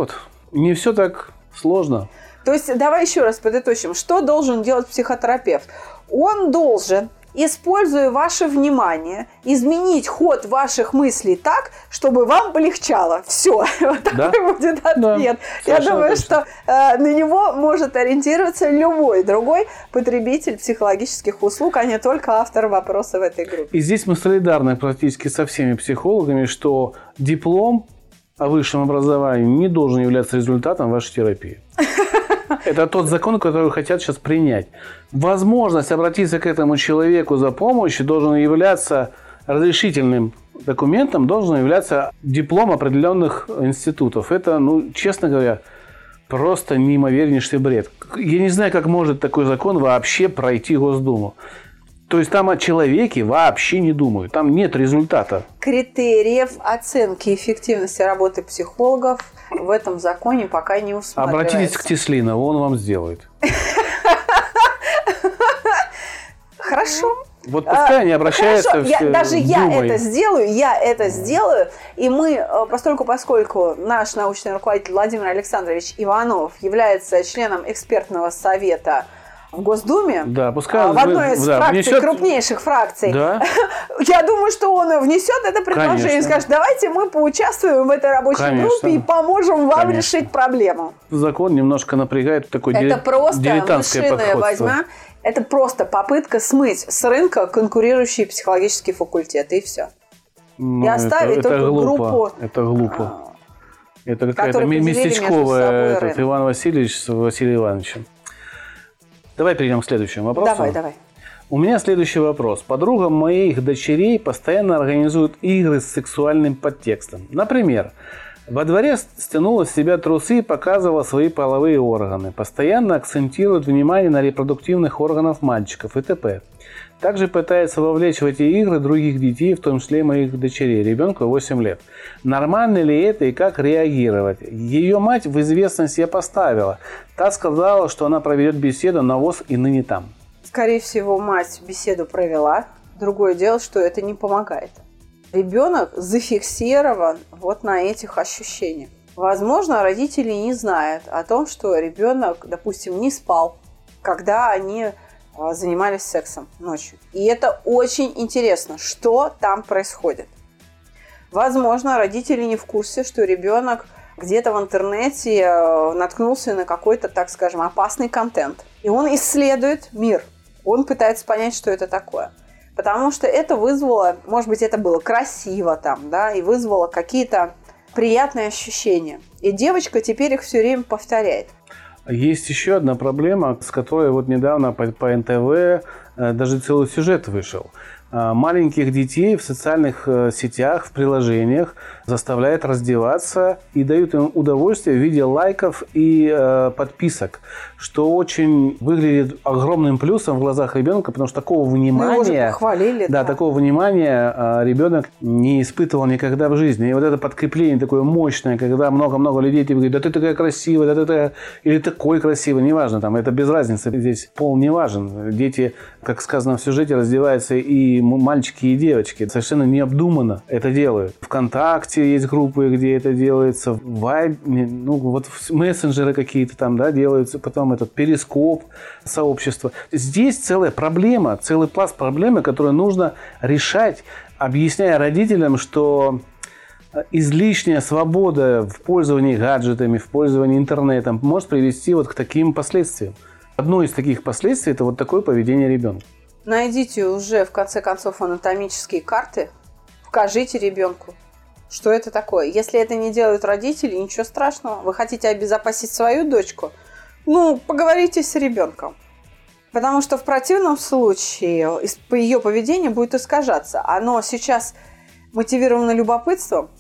Не все так сложно. То есть, давай еще раз подытожим. Что должен делать психотерапевт? Он должен, используя ваше внимание, изменить ход ваших мыслей так, чтобы вам полегчало. Все. Вот Да? такой будет ответ. Да, Я совершенно думаю, точно. что э, на него может ориентироваться любой другой потребитель психологических услуг, а не только автор вопроса в этой группе. И здесь мы солидарны практически со всеми психологами, что диплом о высшем образовании не должен являться результатом вашей терапии. Это тот закон, который хотят сейчас принять. Возможность обратиться к этому человеку за помощью должен являться разрешительным документом, должен являться диплом определенных институтов. Это, ну, честно говоря, просто неимовернейший бред. Я не знаю, как может такой закон вообще пройти Госдуму. То есть там о человеке вообще не думают. Там нет результата. Критериев оценки эффективности работы психологов в этом законе пока не усматривается. Обратитесь к Теслинову, он вам сделает. Хорошо. Вот пускай они обращаются. Хорошо, я, все, даже я думай. это сделаю, я это сделаю, и мы, постольку, поскольку наш научный руководитель Владимир Александрович Иванов является членом экспертного совета в Госдуме, Да, пускай в он одной из да, фракций, внесет- крупнейших фракций, Да. я думаю, что он внесет это предложение и Конечно. скажет, давайте мы поучаствуем в этой рабочей Конечно. группе и поможем вам Конечно. решить проблему. Закон немножко напрягает такое Это дили- просто дилетантское мышиная подходство. возьма. Это просто попытка смыть с рынка конкурирующие психологические факультеты, и все. Ну, И оставить это, это только глупо. группу, Это глупо. Это какая-то которые поделили между собой местечковая этот, рынок. Иван Васильевич с Василием Ивановичем. Давай перейдем к следующему вопросу. Давай, давай. У меня следующий вопрос. Подруга моих дочерей постоянно организует игры с сексуальным подтекстом. Например, во дворе стянула с себя трусы и показывала свои половые органы. Постоянно акцентирует внимание на репродуктивных органах мальчиков и т.п. Также пытается вовлечь в эти игры других детей, в том числе моих дочерей. Ребенку восемь лет. Нормально ли это и как реагировать? Ее мать в известность я поставила. Та сказала, что она проведет беседу на ВОЗ и ныне там. Скорее всего, мать беседу провела. Другое дело, что это не помогает. Ребенок зафиксирован вот на этих ощущениях. Возможно, родители не знают о том, что ребенок, допустим, не спал, когда они занимались сексом ночью. И это очень интересно, что там происходит. Возможно, родители не в курсе, что ребенок где-то в интернете наткнулся на какой-то, так скажем, опасный контент. И он исследует мир. Он пытается понять, что это такое. Потому что это вызвало, может быть, это было красиво там, да, и вызвало какие-то приятные ощущения. И девочка теперь их все время повторяет. Есть еще одна проблема, с которой вот недавно по, по эн тэ вэ э, даже целый сюжет вышел. Э, маленьких детей в социальных э, сетях, в приложениях заставляют раздеваться и дают им удовольствие в виде лайков и э, подписок, что очень выглядит огромным плюсом в глазах ребенка, потому что такого внимания, Мы его уже похвалили, да, да. такого внимания э, ребенок не испытывал никогда в жизни. И вот это подкрепление такое мощное, когда много-много людей тебе говорят, да ты такая красивая, да ты такая, или такой красивый, неважно, там, это без разницы, здесь пол не важен. Дети, как сказано в сюжете, раздеваются и мальчики, и девочки. Совершенно необдуманно это делают. ВКонтакте есть группы, где это делается, в Вайб, ну вот мессенджеры какие-то там, да, делаются, потом этот Перископ, сообщество. Здесь целая проблема, целый пласт проблемы, которые нужно решать, объясняя родителям, что излишняя свобода в пользовании гаджетами, в пользовании интернетом может привести вот к таким последствиям. Одно из таких последствий – это вот такое поведение ребенка. Найдите уже, в конце концов, анатомические карты, покажите ребенку, что это такое. Если это не делают родители, ничего страшного. Вы хотите обезопасить свою дочку? Ну, поговорите с ребенком. Потому что в противном случае по ее поведению будет искажаться. Оно сейчас мотивировано любопытством,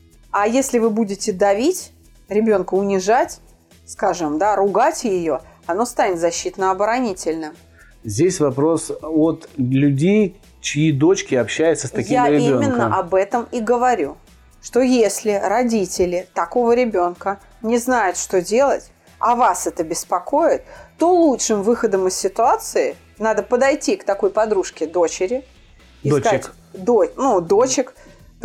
а если вы будете давить ребенка, унижать, скажем, да, ругать ее, оно станет защитно-оборонительным. Здесь вопрос от людей, чьи дочки общаются с таким Я ребенком. именно об этом и говорю. Что если родители такого ребенка не знают, что делать, а вас это беспокоит, то лучшим выходом из ситуации надо подойти к такой подружке дочери и Дочек. сказать, до, ну, дочек,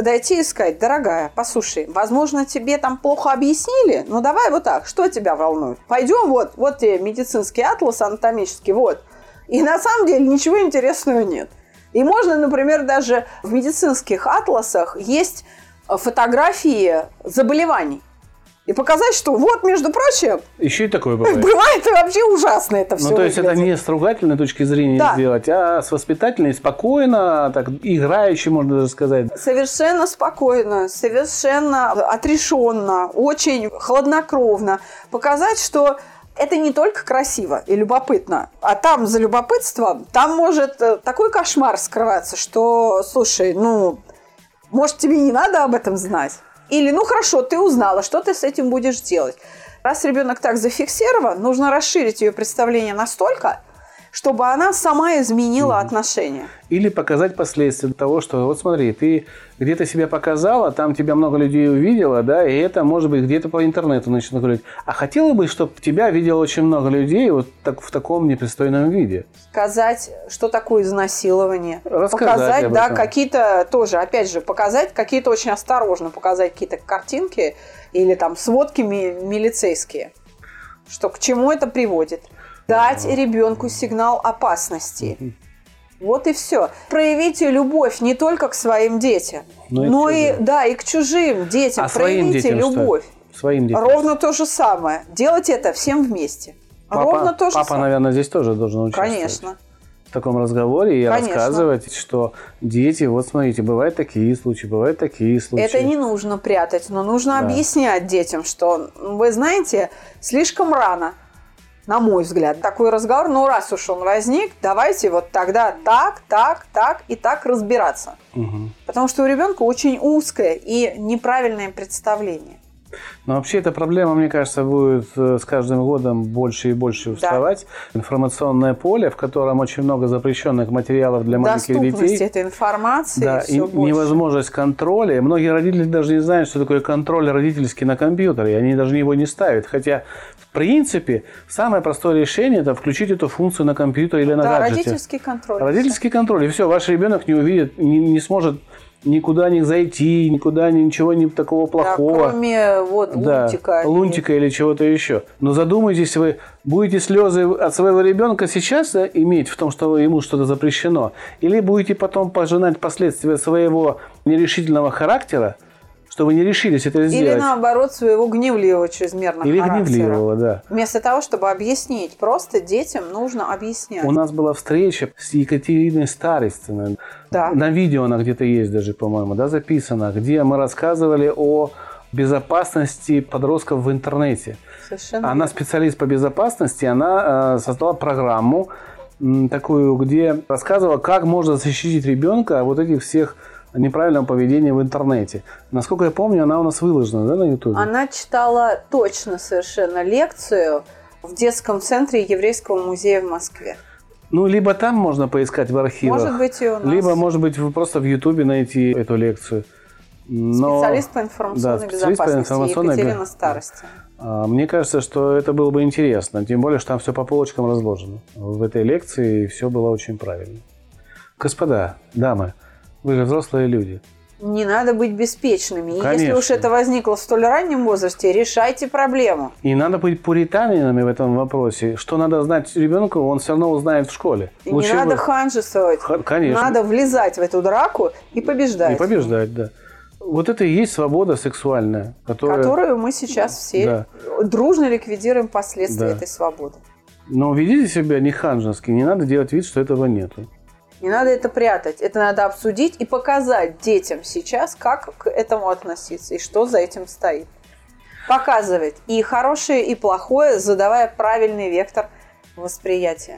подойти и сказать: дорогая, послушай, возможно, тебе там плохо объяснили, но давай вот так, что тебя волнует? Пойдем, вот, вот тебе медицинский атлас анатомический, вот. И на самом деле ничего интересного нет. И можно, например, даже в медицинских атласах есть фотографии заболеваний. И показать, что вот, между прочим... Еще и такое бывает. Бывает вообще ужасно это все. Ну, то есть, выглядит. Это не с ругательной точки зрения да. сделать, а с воспитательной, спокойно, так играюще, можно даже сказать. Совершенно спокойно, совершенно отрешенно, очень хладнокровно. Показать, что это не только красиво и любопытно, а там за любопытством, там может такой кошмар скрываться, что, слушай, ну, может, тебе не надо об этом знать? Или, ну хорошо, ты узнала, что ты с этим будешь делать. Раз ребенок так зафиксирован, нужно расширить ее представление настолько, чтобы она сама изменила mm-hmm. отношения. Или показать последствия того, что вот смотри, ты где-то себя показала, там тебя много людей увидело, да, и это, может быть, где-то по интернету начнут говорить. А хотела бы, чтобы тебя видело очень много людей вот так, в таком непристойном виде? Сказать, что такое изнасилование. Рассказать показать, да, какие-то тоже, опять же, показать какие-то очень осторожно, показать какие-то картинки или там сводки ми- милицейские, что к чему это приводит. Дать ребенку сигнал опасности. Вот и все. Проявите любовь не только к своим детям, но, но и, да, и к чужим детям. А проявите детям любовь. Своим детям. Ровно то же самое. Делать это всем вместе. Папа, Ровно то же папа, самое. Наверное, здесь тоже должен участвовать. Конечно. В таком разговоре и Конечно. рассказывать, что дети, вот смотрите, бывают такие случаи, бывают такие случаи. Это не нужно прятать, но нужно да. объяснять детям, что, вы знаете, слишком рано. На мой взгляд, такой разговор, ну раз уж он возник, давайте вот тогда так, так, так и так разбираться. Угу. Потому что у ребенка очень узкое и неправильное представление. Но вообще эта проблема, мне кажется, будет с каждым годом больше и больше вставать. Да. Информационное поле, в котором очень много запрещенных материалов для маленьких детей. Доступность этой информации. Да, и невозможность контроля. Многие родители даже не знают, что такое контроль родительский на компьютере. Они даже его не ставят. Хотя, в принципе, самое простое решение – это включить эту функцию на компьютере или на да, гаджете. Родительский контроль. Родительский контроль. И все, ваш ребенок не увидит, не, не сможет никуда не зайти, никуда ничего не такого плохого. Да, кроме вот лунтика. Да, лунтика или чего-то еще. Но задумайтесь, вы будете слезы от своего ребенка сейчас да, иметь в том, что ему что-то запрещено, или будете потом пожинать последствия своего нерешительного характера, что вы не решились это сделать. Или наоборот своего гневливого чрезмерного Или характера. Или гневливого, да. Вместо того, чтобы объяснить. Просто детям нужно объяснять. У нас была встреча с Екатериной Старостиной. Да. На видео она где-то есть даже, по-моему, да, записана, где мы рассказывали о безопасности подростков в интернете. Совершенно. Она специалист по безопасности, она э, создала программу э, такую, где рассказывала, как можно защитить ребенка от вот этих всех неправильного поведения в интернете. Насколько я помню, она у нас выложена, да, на Ютубе? Она читала точно совершенно лекцию в детском центре Еврейского музея в Москве. Ну, либо там можно поискать в архивах. Может быть, и у нас. Либо, может быть, вы просто в Ютубе найти эту лекцию. Но... Специалист по информационной да, безопасности по информационной... Екатерина Старостина. Мне кажется, что это было бы интересно. Тем более, что там все по полочкам разложено. В этой лекции все было очень правильно. Господа, дамы, вы же взрослые люди. Не надо быть беспечными. И если уж это возникло в столь раннем возрасте, решайте проблему. И надо быть пуританинами в этом вопросе. Что надо знать ребенку, он все равно узнает в школе. И Лучше не надо бы... ханжествовать. Х... Конечно. Надо влезать в эту драку и побеждать. И побеждать, да. Вот это и есть свобода сексуальная. Которая... Которую мы сейчас все да. дружно ликвидируем последствия да. этой свободы. Но ведите себя не ханжески. Не надо делать вид, что этого нету. Не надо это прятать. Это надо обсудить и показать детям сейчас, как к этому относиться и что за этим стоит. Показывать и хорошее, и плохое, задавая правильный вектор восприятия.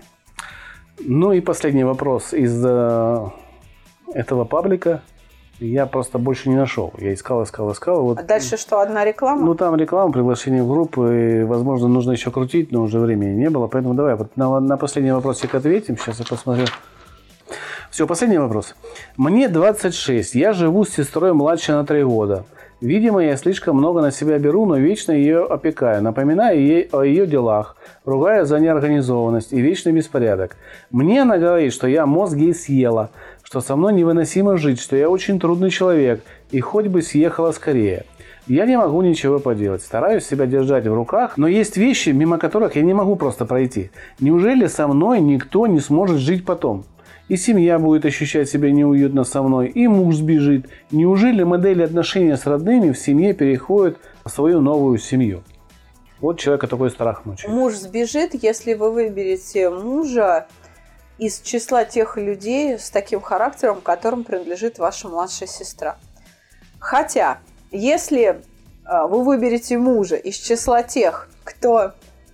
Ну и последний вопрос из э, этого паблика. Я просто больше не нашел. Я искал, искал, искал. Вот. А дальше что, одна реклама? Ну, там реклама, приглашение в группу. И, возможно, нужно еще крутить, но уже времени не было. Поэтому давай вот на, на последний вопросик ответим. Сейчас я посмотрю. Все, последний вопрос. Мне двадцать шесть. Я живу с сестрой младше на три года. Видимо, я слишком много на себя беру, но вечно ее опекаю, напоминаю ей о ее делах, ругаю за неорганизованность и вечный беспорядок. Мне она говорит, что я мозг ей съела, что со мной невыносимо жить, что я очень трудный человек, и хоть бы съехала скорее. Я не могу ничего поделать, стараюсь себя держать в руках, но есть вещи, мимо которых я не могу просто пройти. Неужели со мной никто не сможет жить потом? И семья будет ощущать себя неуютно со мной, и муж сбежит. Неужели модель отношений с родными в семье переходит в свою новую семью? Вот человека такой страх мучает. Муж сбежит, если вы выберете мужа из числа тех людей с таким характером, которым принадлежит ваша младшая сестра. Хотя, если вы выберете мужа из числа тех, кто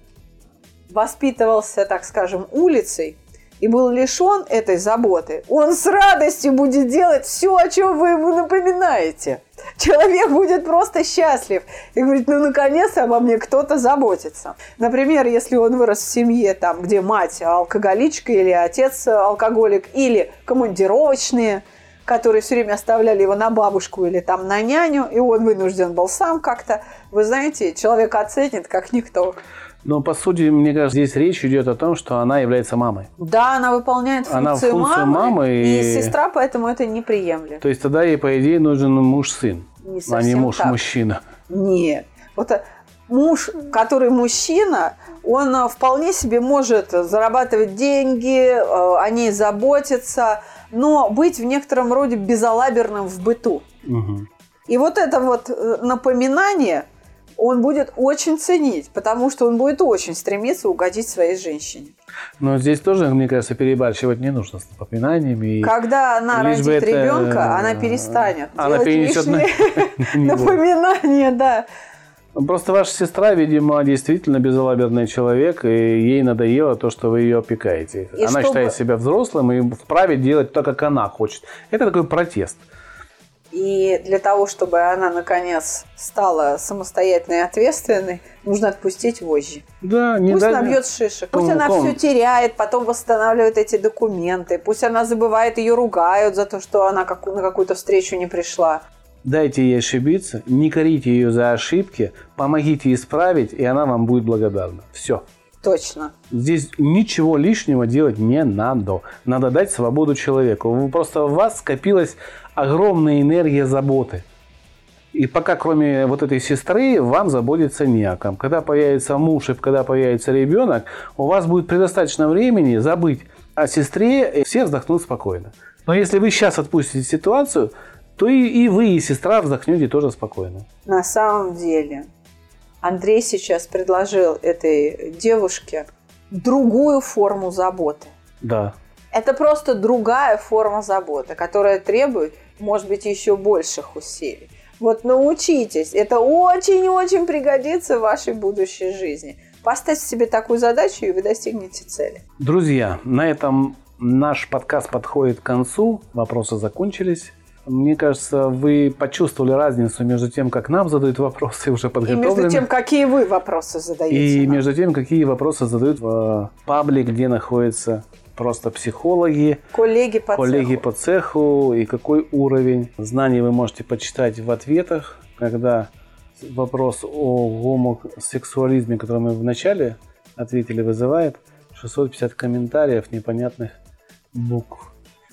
воспитывался, так скажем, улицей и был лишен этой заботы, он с радостью будет делать все, о чем вы ему напоминаете. Человек будет просто счастлив и говорит, ну, наконец обо мне кто-то заботится. Например, если он вырос в семье, там, где мать алкоголичка или отец алкоголик, или командировочные, которые все время оставляли его на бабушку или там на няню, и он вынужден был сам как-то, вы знаете, человек оценит как никто. Но, по сути, мне кажется, здесь речь идет о том, что она является мамой. Да, она выполняет функцию, она функцию мамы, мамы, и... и сестра поэтому это не приемлет. То есть тогда ей, по идее, нужен муж-сын, не а не муж-мужчина. Нет. Вот муж, который мужчина, он вполне себе может зарабатывать деньги, о ней заботиться, но быть в некотором роде безалаберным в быту. Угу. И вот это вот напоминание он будет очень ценить, потому что он будет очень стремиться угодить своей женщине. Но здесь тоже, мне кажется, перебарщивать не нужно с напоминаниями. Когда она родит это... ребенка, она перестанет она делать лишние напоминания, да. Просто ваша сестра, видимо, действительно безалаберный человек, и ей надоело то, что вы ее опекаете. И она чтобы... считает себя взрослым и вправе делать то, как она хочет. Это такой протест. И для того, чтобы она, наконец, стала самостоятельной и ответственной, нужно отпустить вожжи. Да, не пусть дать... набьет шишек, пусть ком, она ком. все теряет, потом восстанавливает эти документы, пусть она забывает, ее ругают за то, что она как... на какую-то встречу не пришла. Дайте ей ошибиться, не корите ее за ошибки, помогите исправить, и она вам будет благодарна. Все. Точно. Здесь ничего лишнего делать не надо. Надо дать свободу человеку. Просто у вас скопилась огромная энергия заботы. И пока кроме вот этой сестры вам заботиться не о ком. Когда появится муж и когда появится ребенок, у вас будет предостаточно времени забыть о сестре, и все вздохнут спокойно. Но если вы сейчас отпустите ситуацию, то и, и вы, и сестра вздохнете тоже спокойно. На самом деле Андрей сейчас предложил этой девушке другую форму заботы. Да. Это просто другая форма заботы, которая требует, может быть, еще больших усилий. Вот научитесь. Это очень-очень пригодится в вашей будущей жизни. Поставьте себе такую задачу, и вы достигнете цели. Друзья, на этом наш подкаст подходит к концу. Вопросы закончились. Мне кажется, вы почувствовали разницу между тем, как нам задают вопросы уже подготовленные. И между тем, какие вы вопросы задаете. И нам. между тем, какие вопросы задают в паблик, где находятся просто психологи, коллеги по коллеги цеху. по цеху, и какой уровень знаний вы можете почитать в ответах, когда вопрос о гомосексуализме, который мы вначале ответили, вызывает шестьсот пятьдесят комментариев непонятных букв.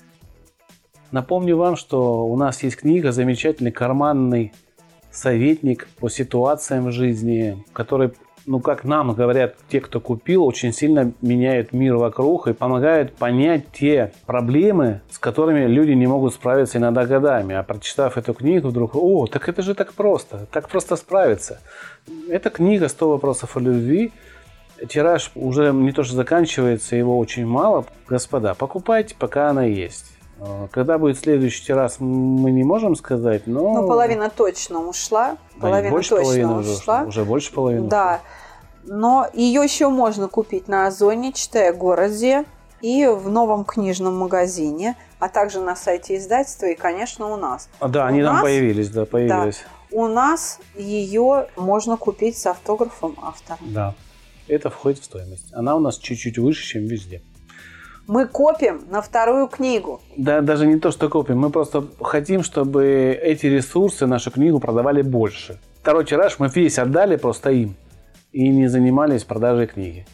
Напомню вам, что у нас есть книга «Замечательный карманный советник по ситуациям в жизни», который, ну, как нам говорят те, кто купил, очень сильно меняет мир вокруг и помогает понять те проблемы, с которыми люди не могут справиться иногда годами. А прочитав эту книгу, вдруг, о, так это же так просто, так просто справиться. Эта книга «сто вопросов о любви». Тираж уже не то что заканчивается, его очень мало. Господа, покупайте, пока она есть. Когда будет следующий тираж, мы не можем сказать, но... Ну, половина точно ушла. Половина больше точно половины ушла. Уже, уже больше половины. Да. Но ее еще можно купить на Озоне, «Читай о городе», и в новом книжном магазине, а также на сайте издательства и, конечно, у нас. А, да, у они нас, там появились, да, появились. Да, у нас ее можно купить с автографом автора. Да, это входит в стоимость. Она у нас чуть-чуть выше, чем везде. Мы копим на вторую книгу. Да, даже не то, что копим. Мы просто хотим, чтобы эти ресурсы нашу книгу продавали больше. Второй тираж мы весь отдали просто им. И не занимались продажей книги.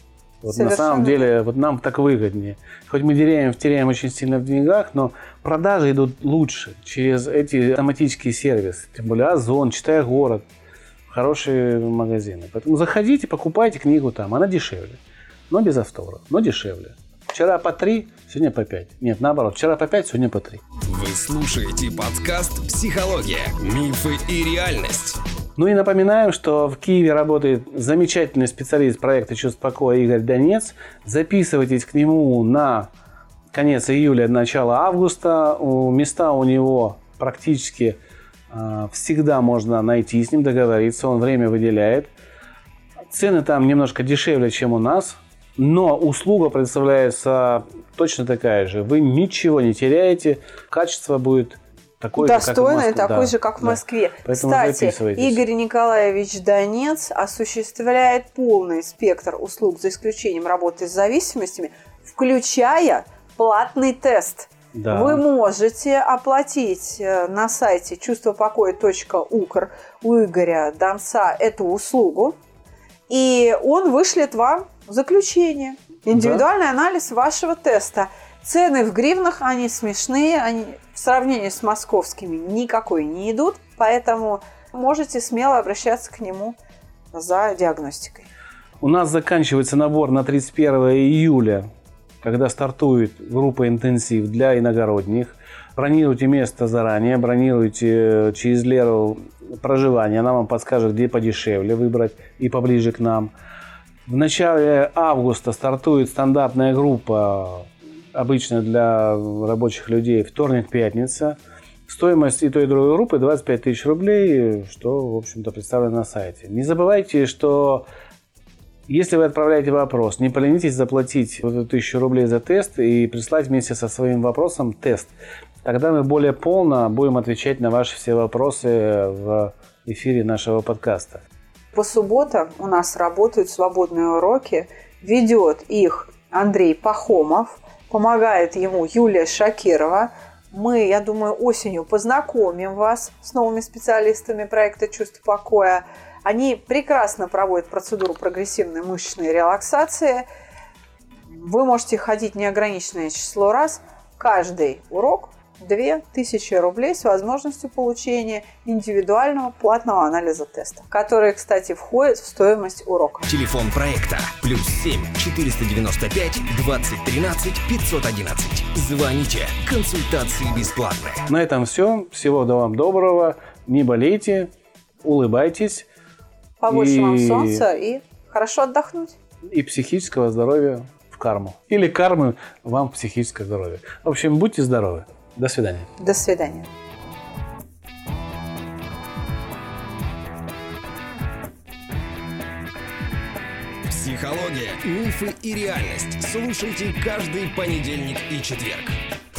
Вот на самом деле вот нам так выгоднее. Хоть мы теряем, теряем очень сильно в деньгах, но продажи идут лучше через эти автоматические сервисы. Тем более Озон, Читай город. Хорошие магазины. Поэтому заходите, покупайте книгу там. Она дешевле. Но без автора. Но дешевле. Вчера по три, сегодня по пять. Нет, наоборот. Вчера по пять, сегодня по три. Вы слушаете подкаст «Психология. Мифы и реальность». Ну и напоминаем, что в Киеве работает замечательный специалист проекта «Чувство покоя» Игорь Донец. Записывайтесь к нему на конец июля, начало августа. Места у него практически э, всегда можно найти с ним, договориться. Он время выделяет. Цены там немножко дешевле, чем у нас. Но услуга представляется точно такая же. Вы ничего не теряете. Качество будет... Такой достойный, же, такой да, же, как в да. Москве. Поэтому Кстати, Игорь Николаевич Донец осуществляет полный спектр услуг, за исключением работы с зависимостями, включая платный тест. Да. Вы можете оплатить на сайте чувство покоя точка укр у Игоря Донца эту услугу, и он вышлет вам заключение, индивидуальный да. анализ вашего теста. Цены в гривнах, они смешные, они в сравнении с московскими никакой не идут, поэтому можете смело обращаться к нему за диагностикой. У нас заканчивается набор на тридцать первое июля, когда стартует группа «Интенсив» для иногородних. Бронируйте место заранее, бронируйте через Леру проживание, она вам подскажет, где подешевле выбрать и поближе к нам. В начале августа стартует стандартная группа, обычно для рабочих людей, вторник-пятница. Стоимость и той, и другой группы двадцать пять тысяч рублей, что, в общем-то, представлено на сайте. Не забывайте, что если вы отправляете вопрос, не поленитесь заплатить вот эту тысячу рублей за тест и прислать вместе со своим вопросом тест. Тогда мы более полно будем отвечать на ваши все вопросы в эфире нашего подкаста. По субботам у нас работают свободные уроки. Ведет их Андрей Пахомов. Помогает ему Юлия Шакирова. Мы, я думаю, осенью познакомим вас с новыми специалистами проекта «Чувство покоя». Они прекрасно проводят процедуру прогрессивной мышечной релаксации. Вы можете ходить неограниченное число раз. Каждый урок две тысячи рублей с возможностью получения индивидуального платного анализа теста, который, кстати, входит в стоимость урока. Телефон проекта плюс семь четыреста девяносто пять двадцать тринадцать пятьсот одиннадцать. Звоните. Консультации бесплатные. На этом все. Всего вам доброго. Не болейте, улыбайтесь. Побольше и... вам солнца и хорошо отдохнуть. И психического здоровья в карму. Или кармы вам в психическое здоровье. В общем, будьте здоровы. До свидания. До свидания. Психология, мифы и реальность. Слушайте каждый понедельник и четверг.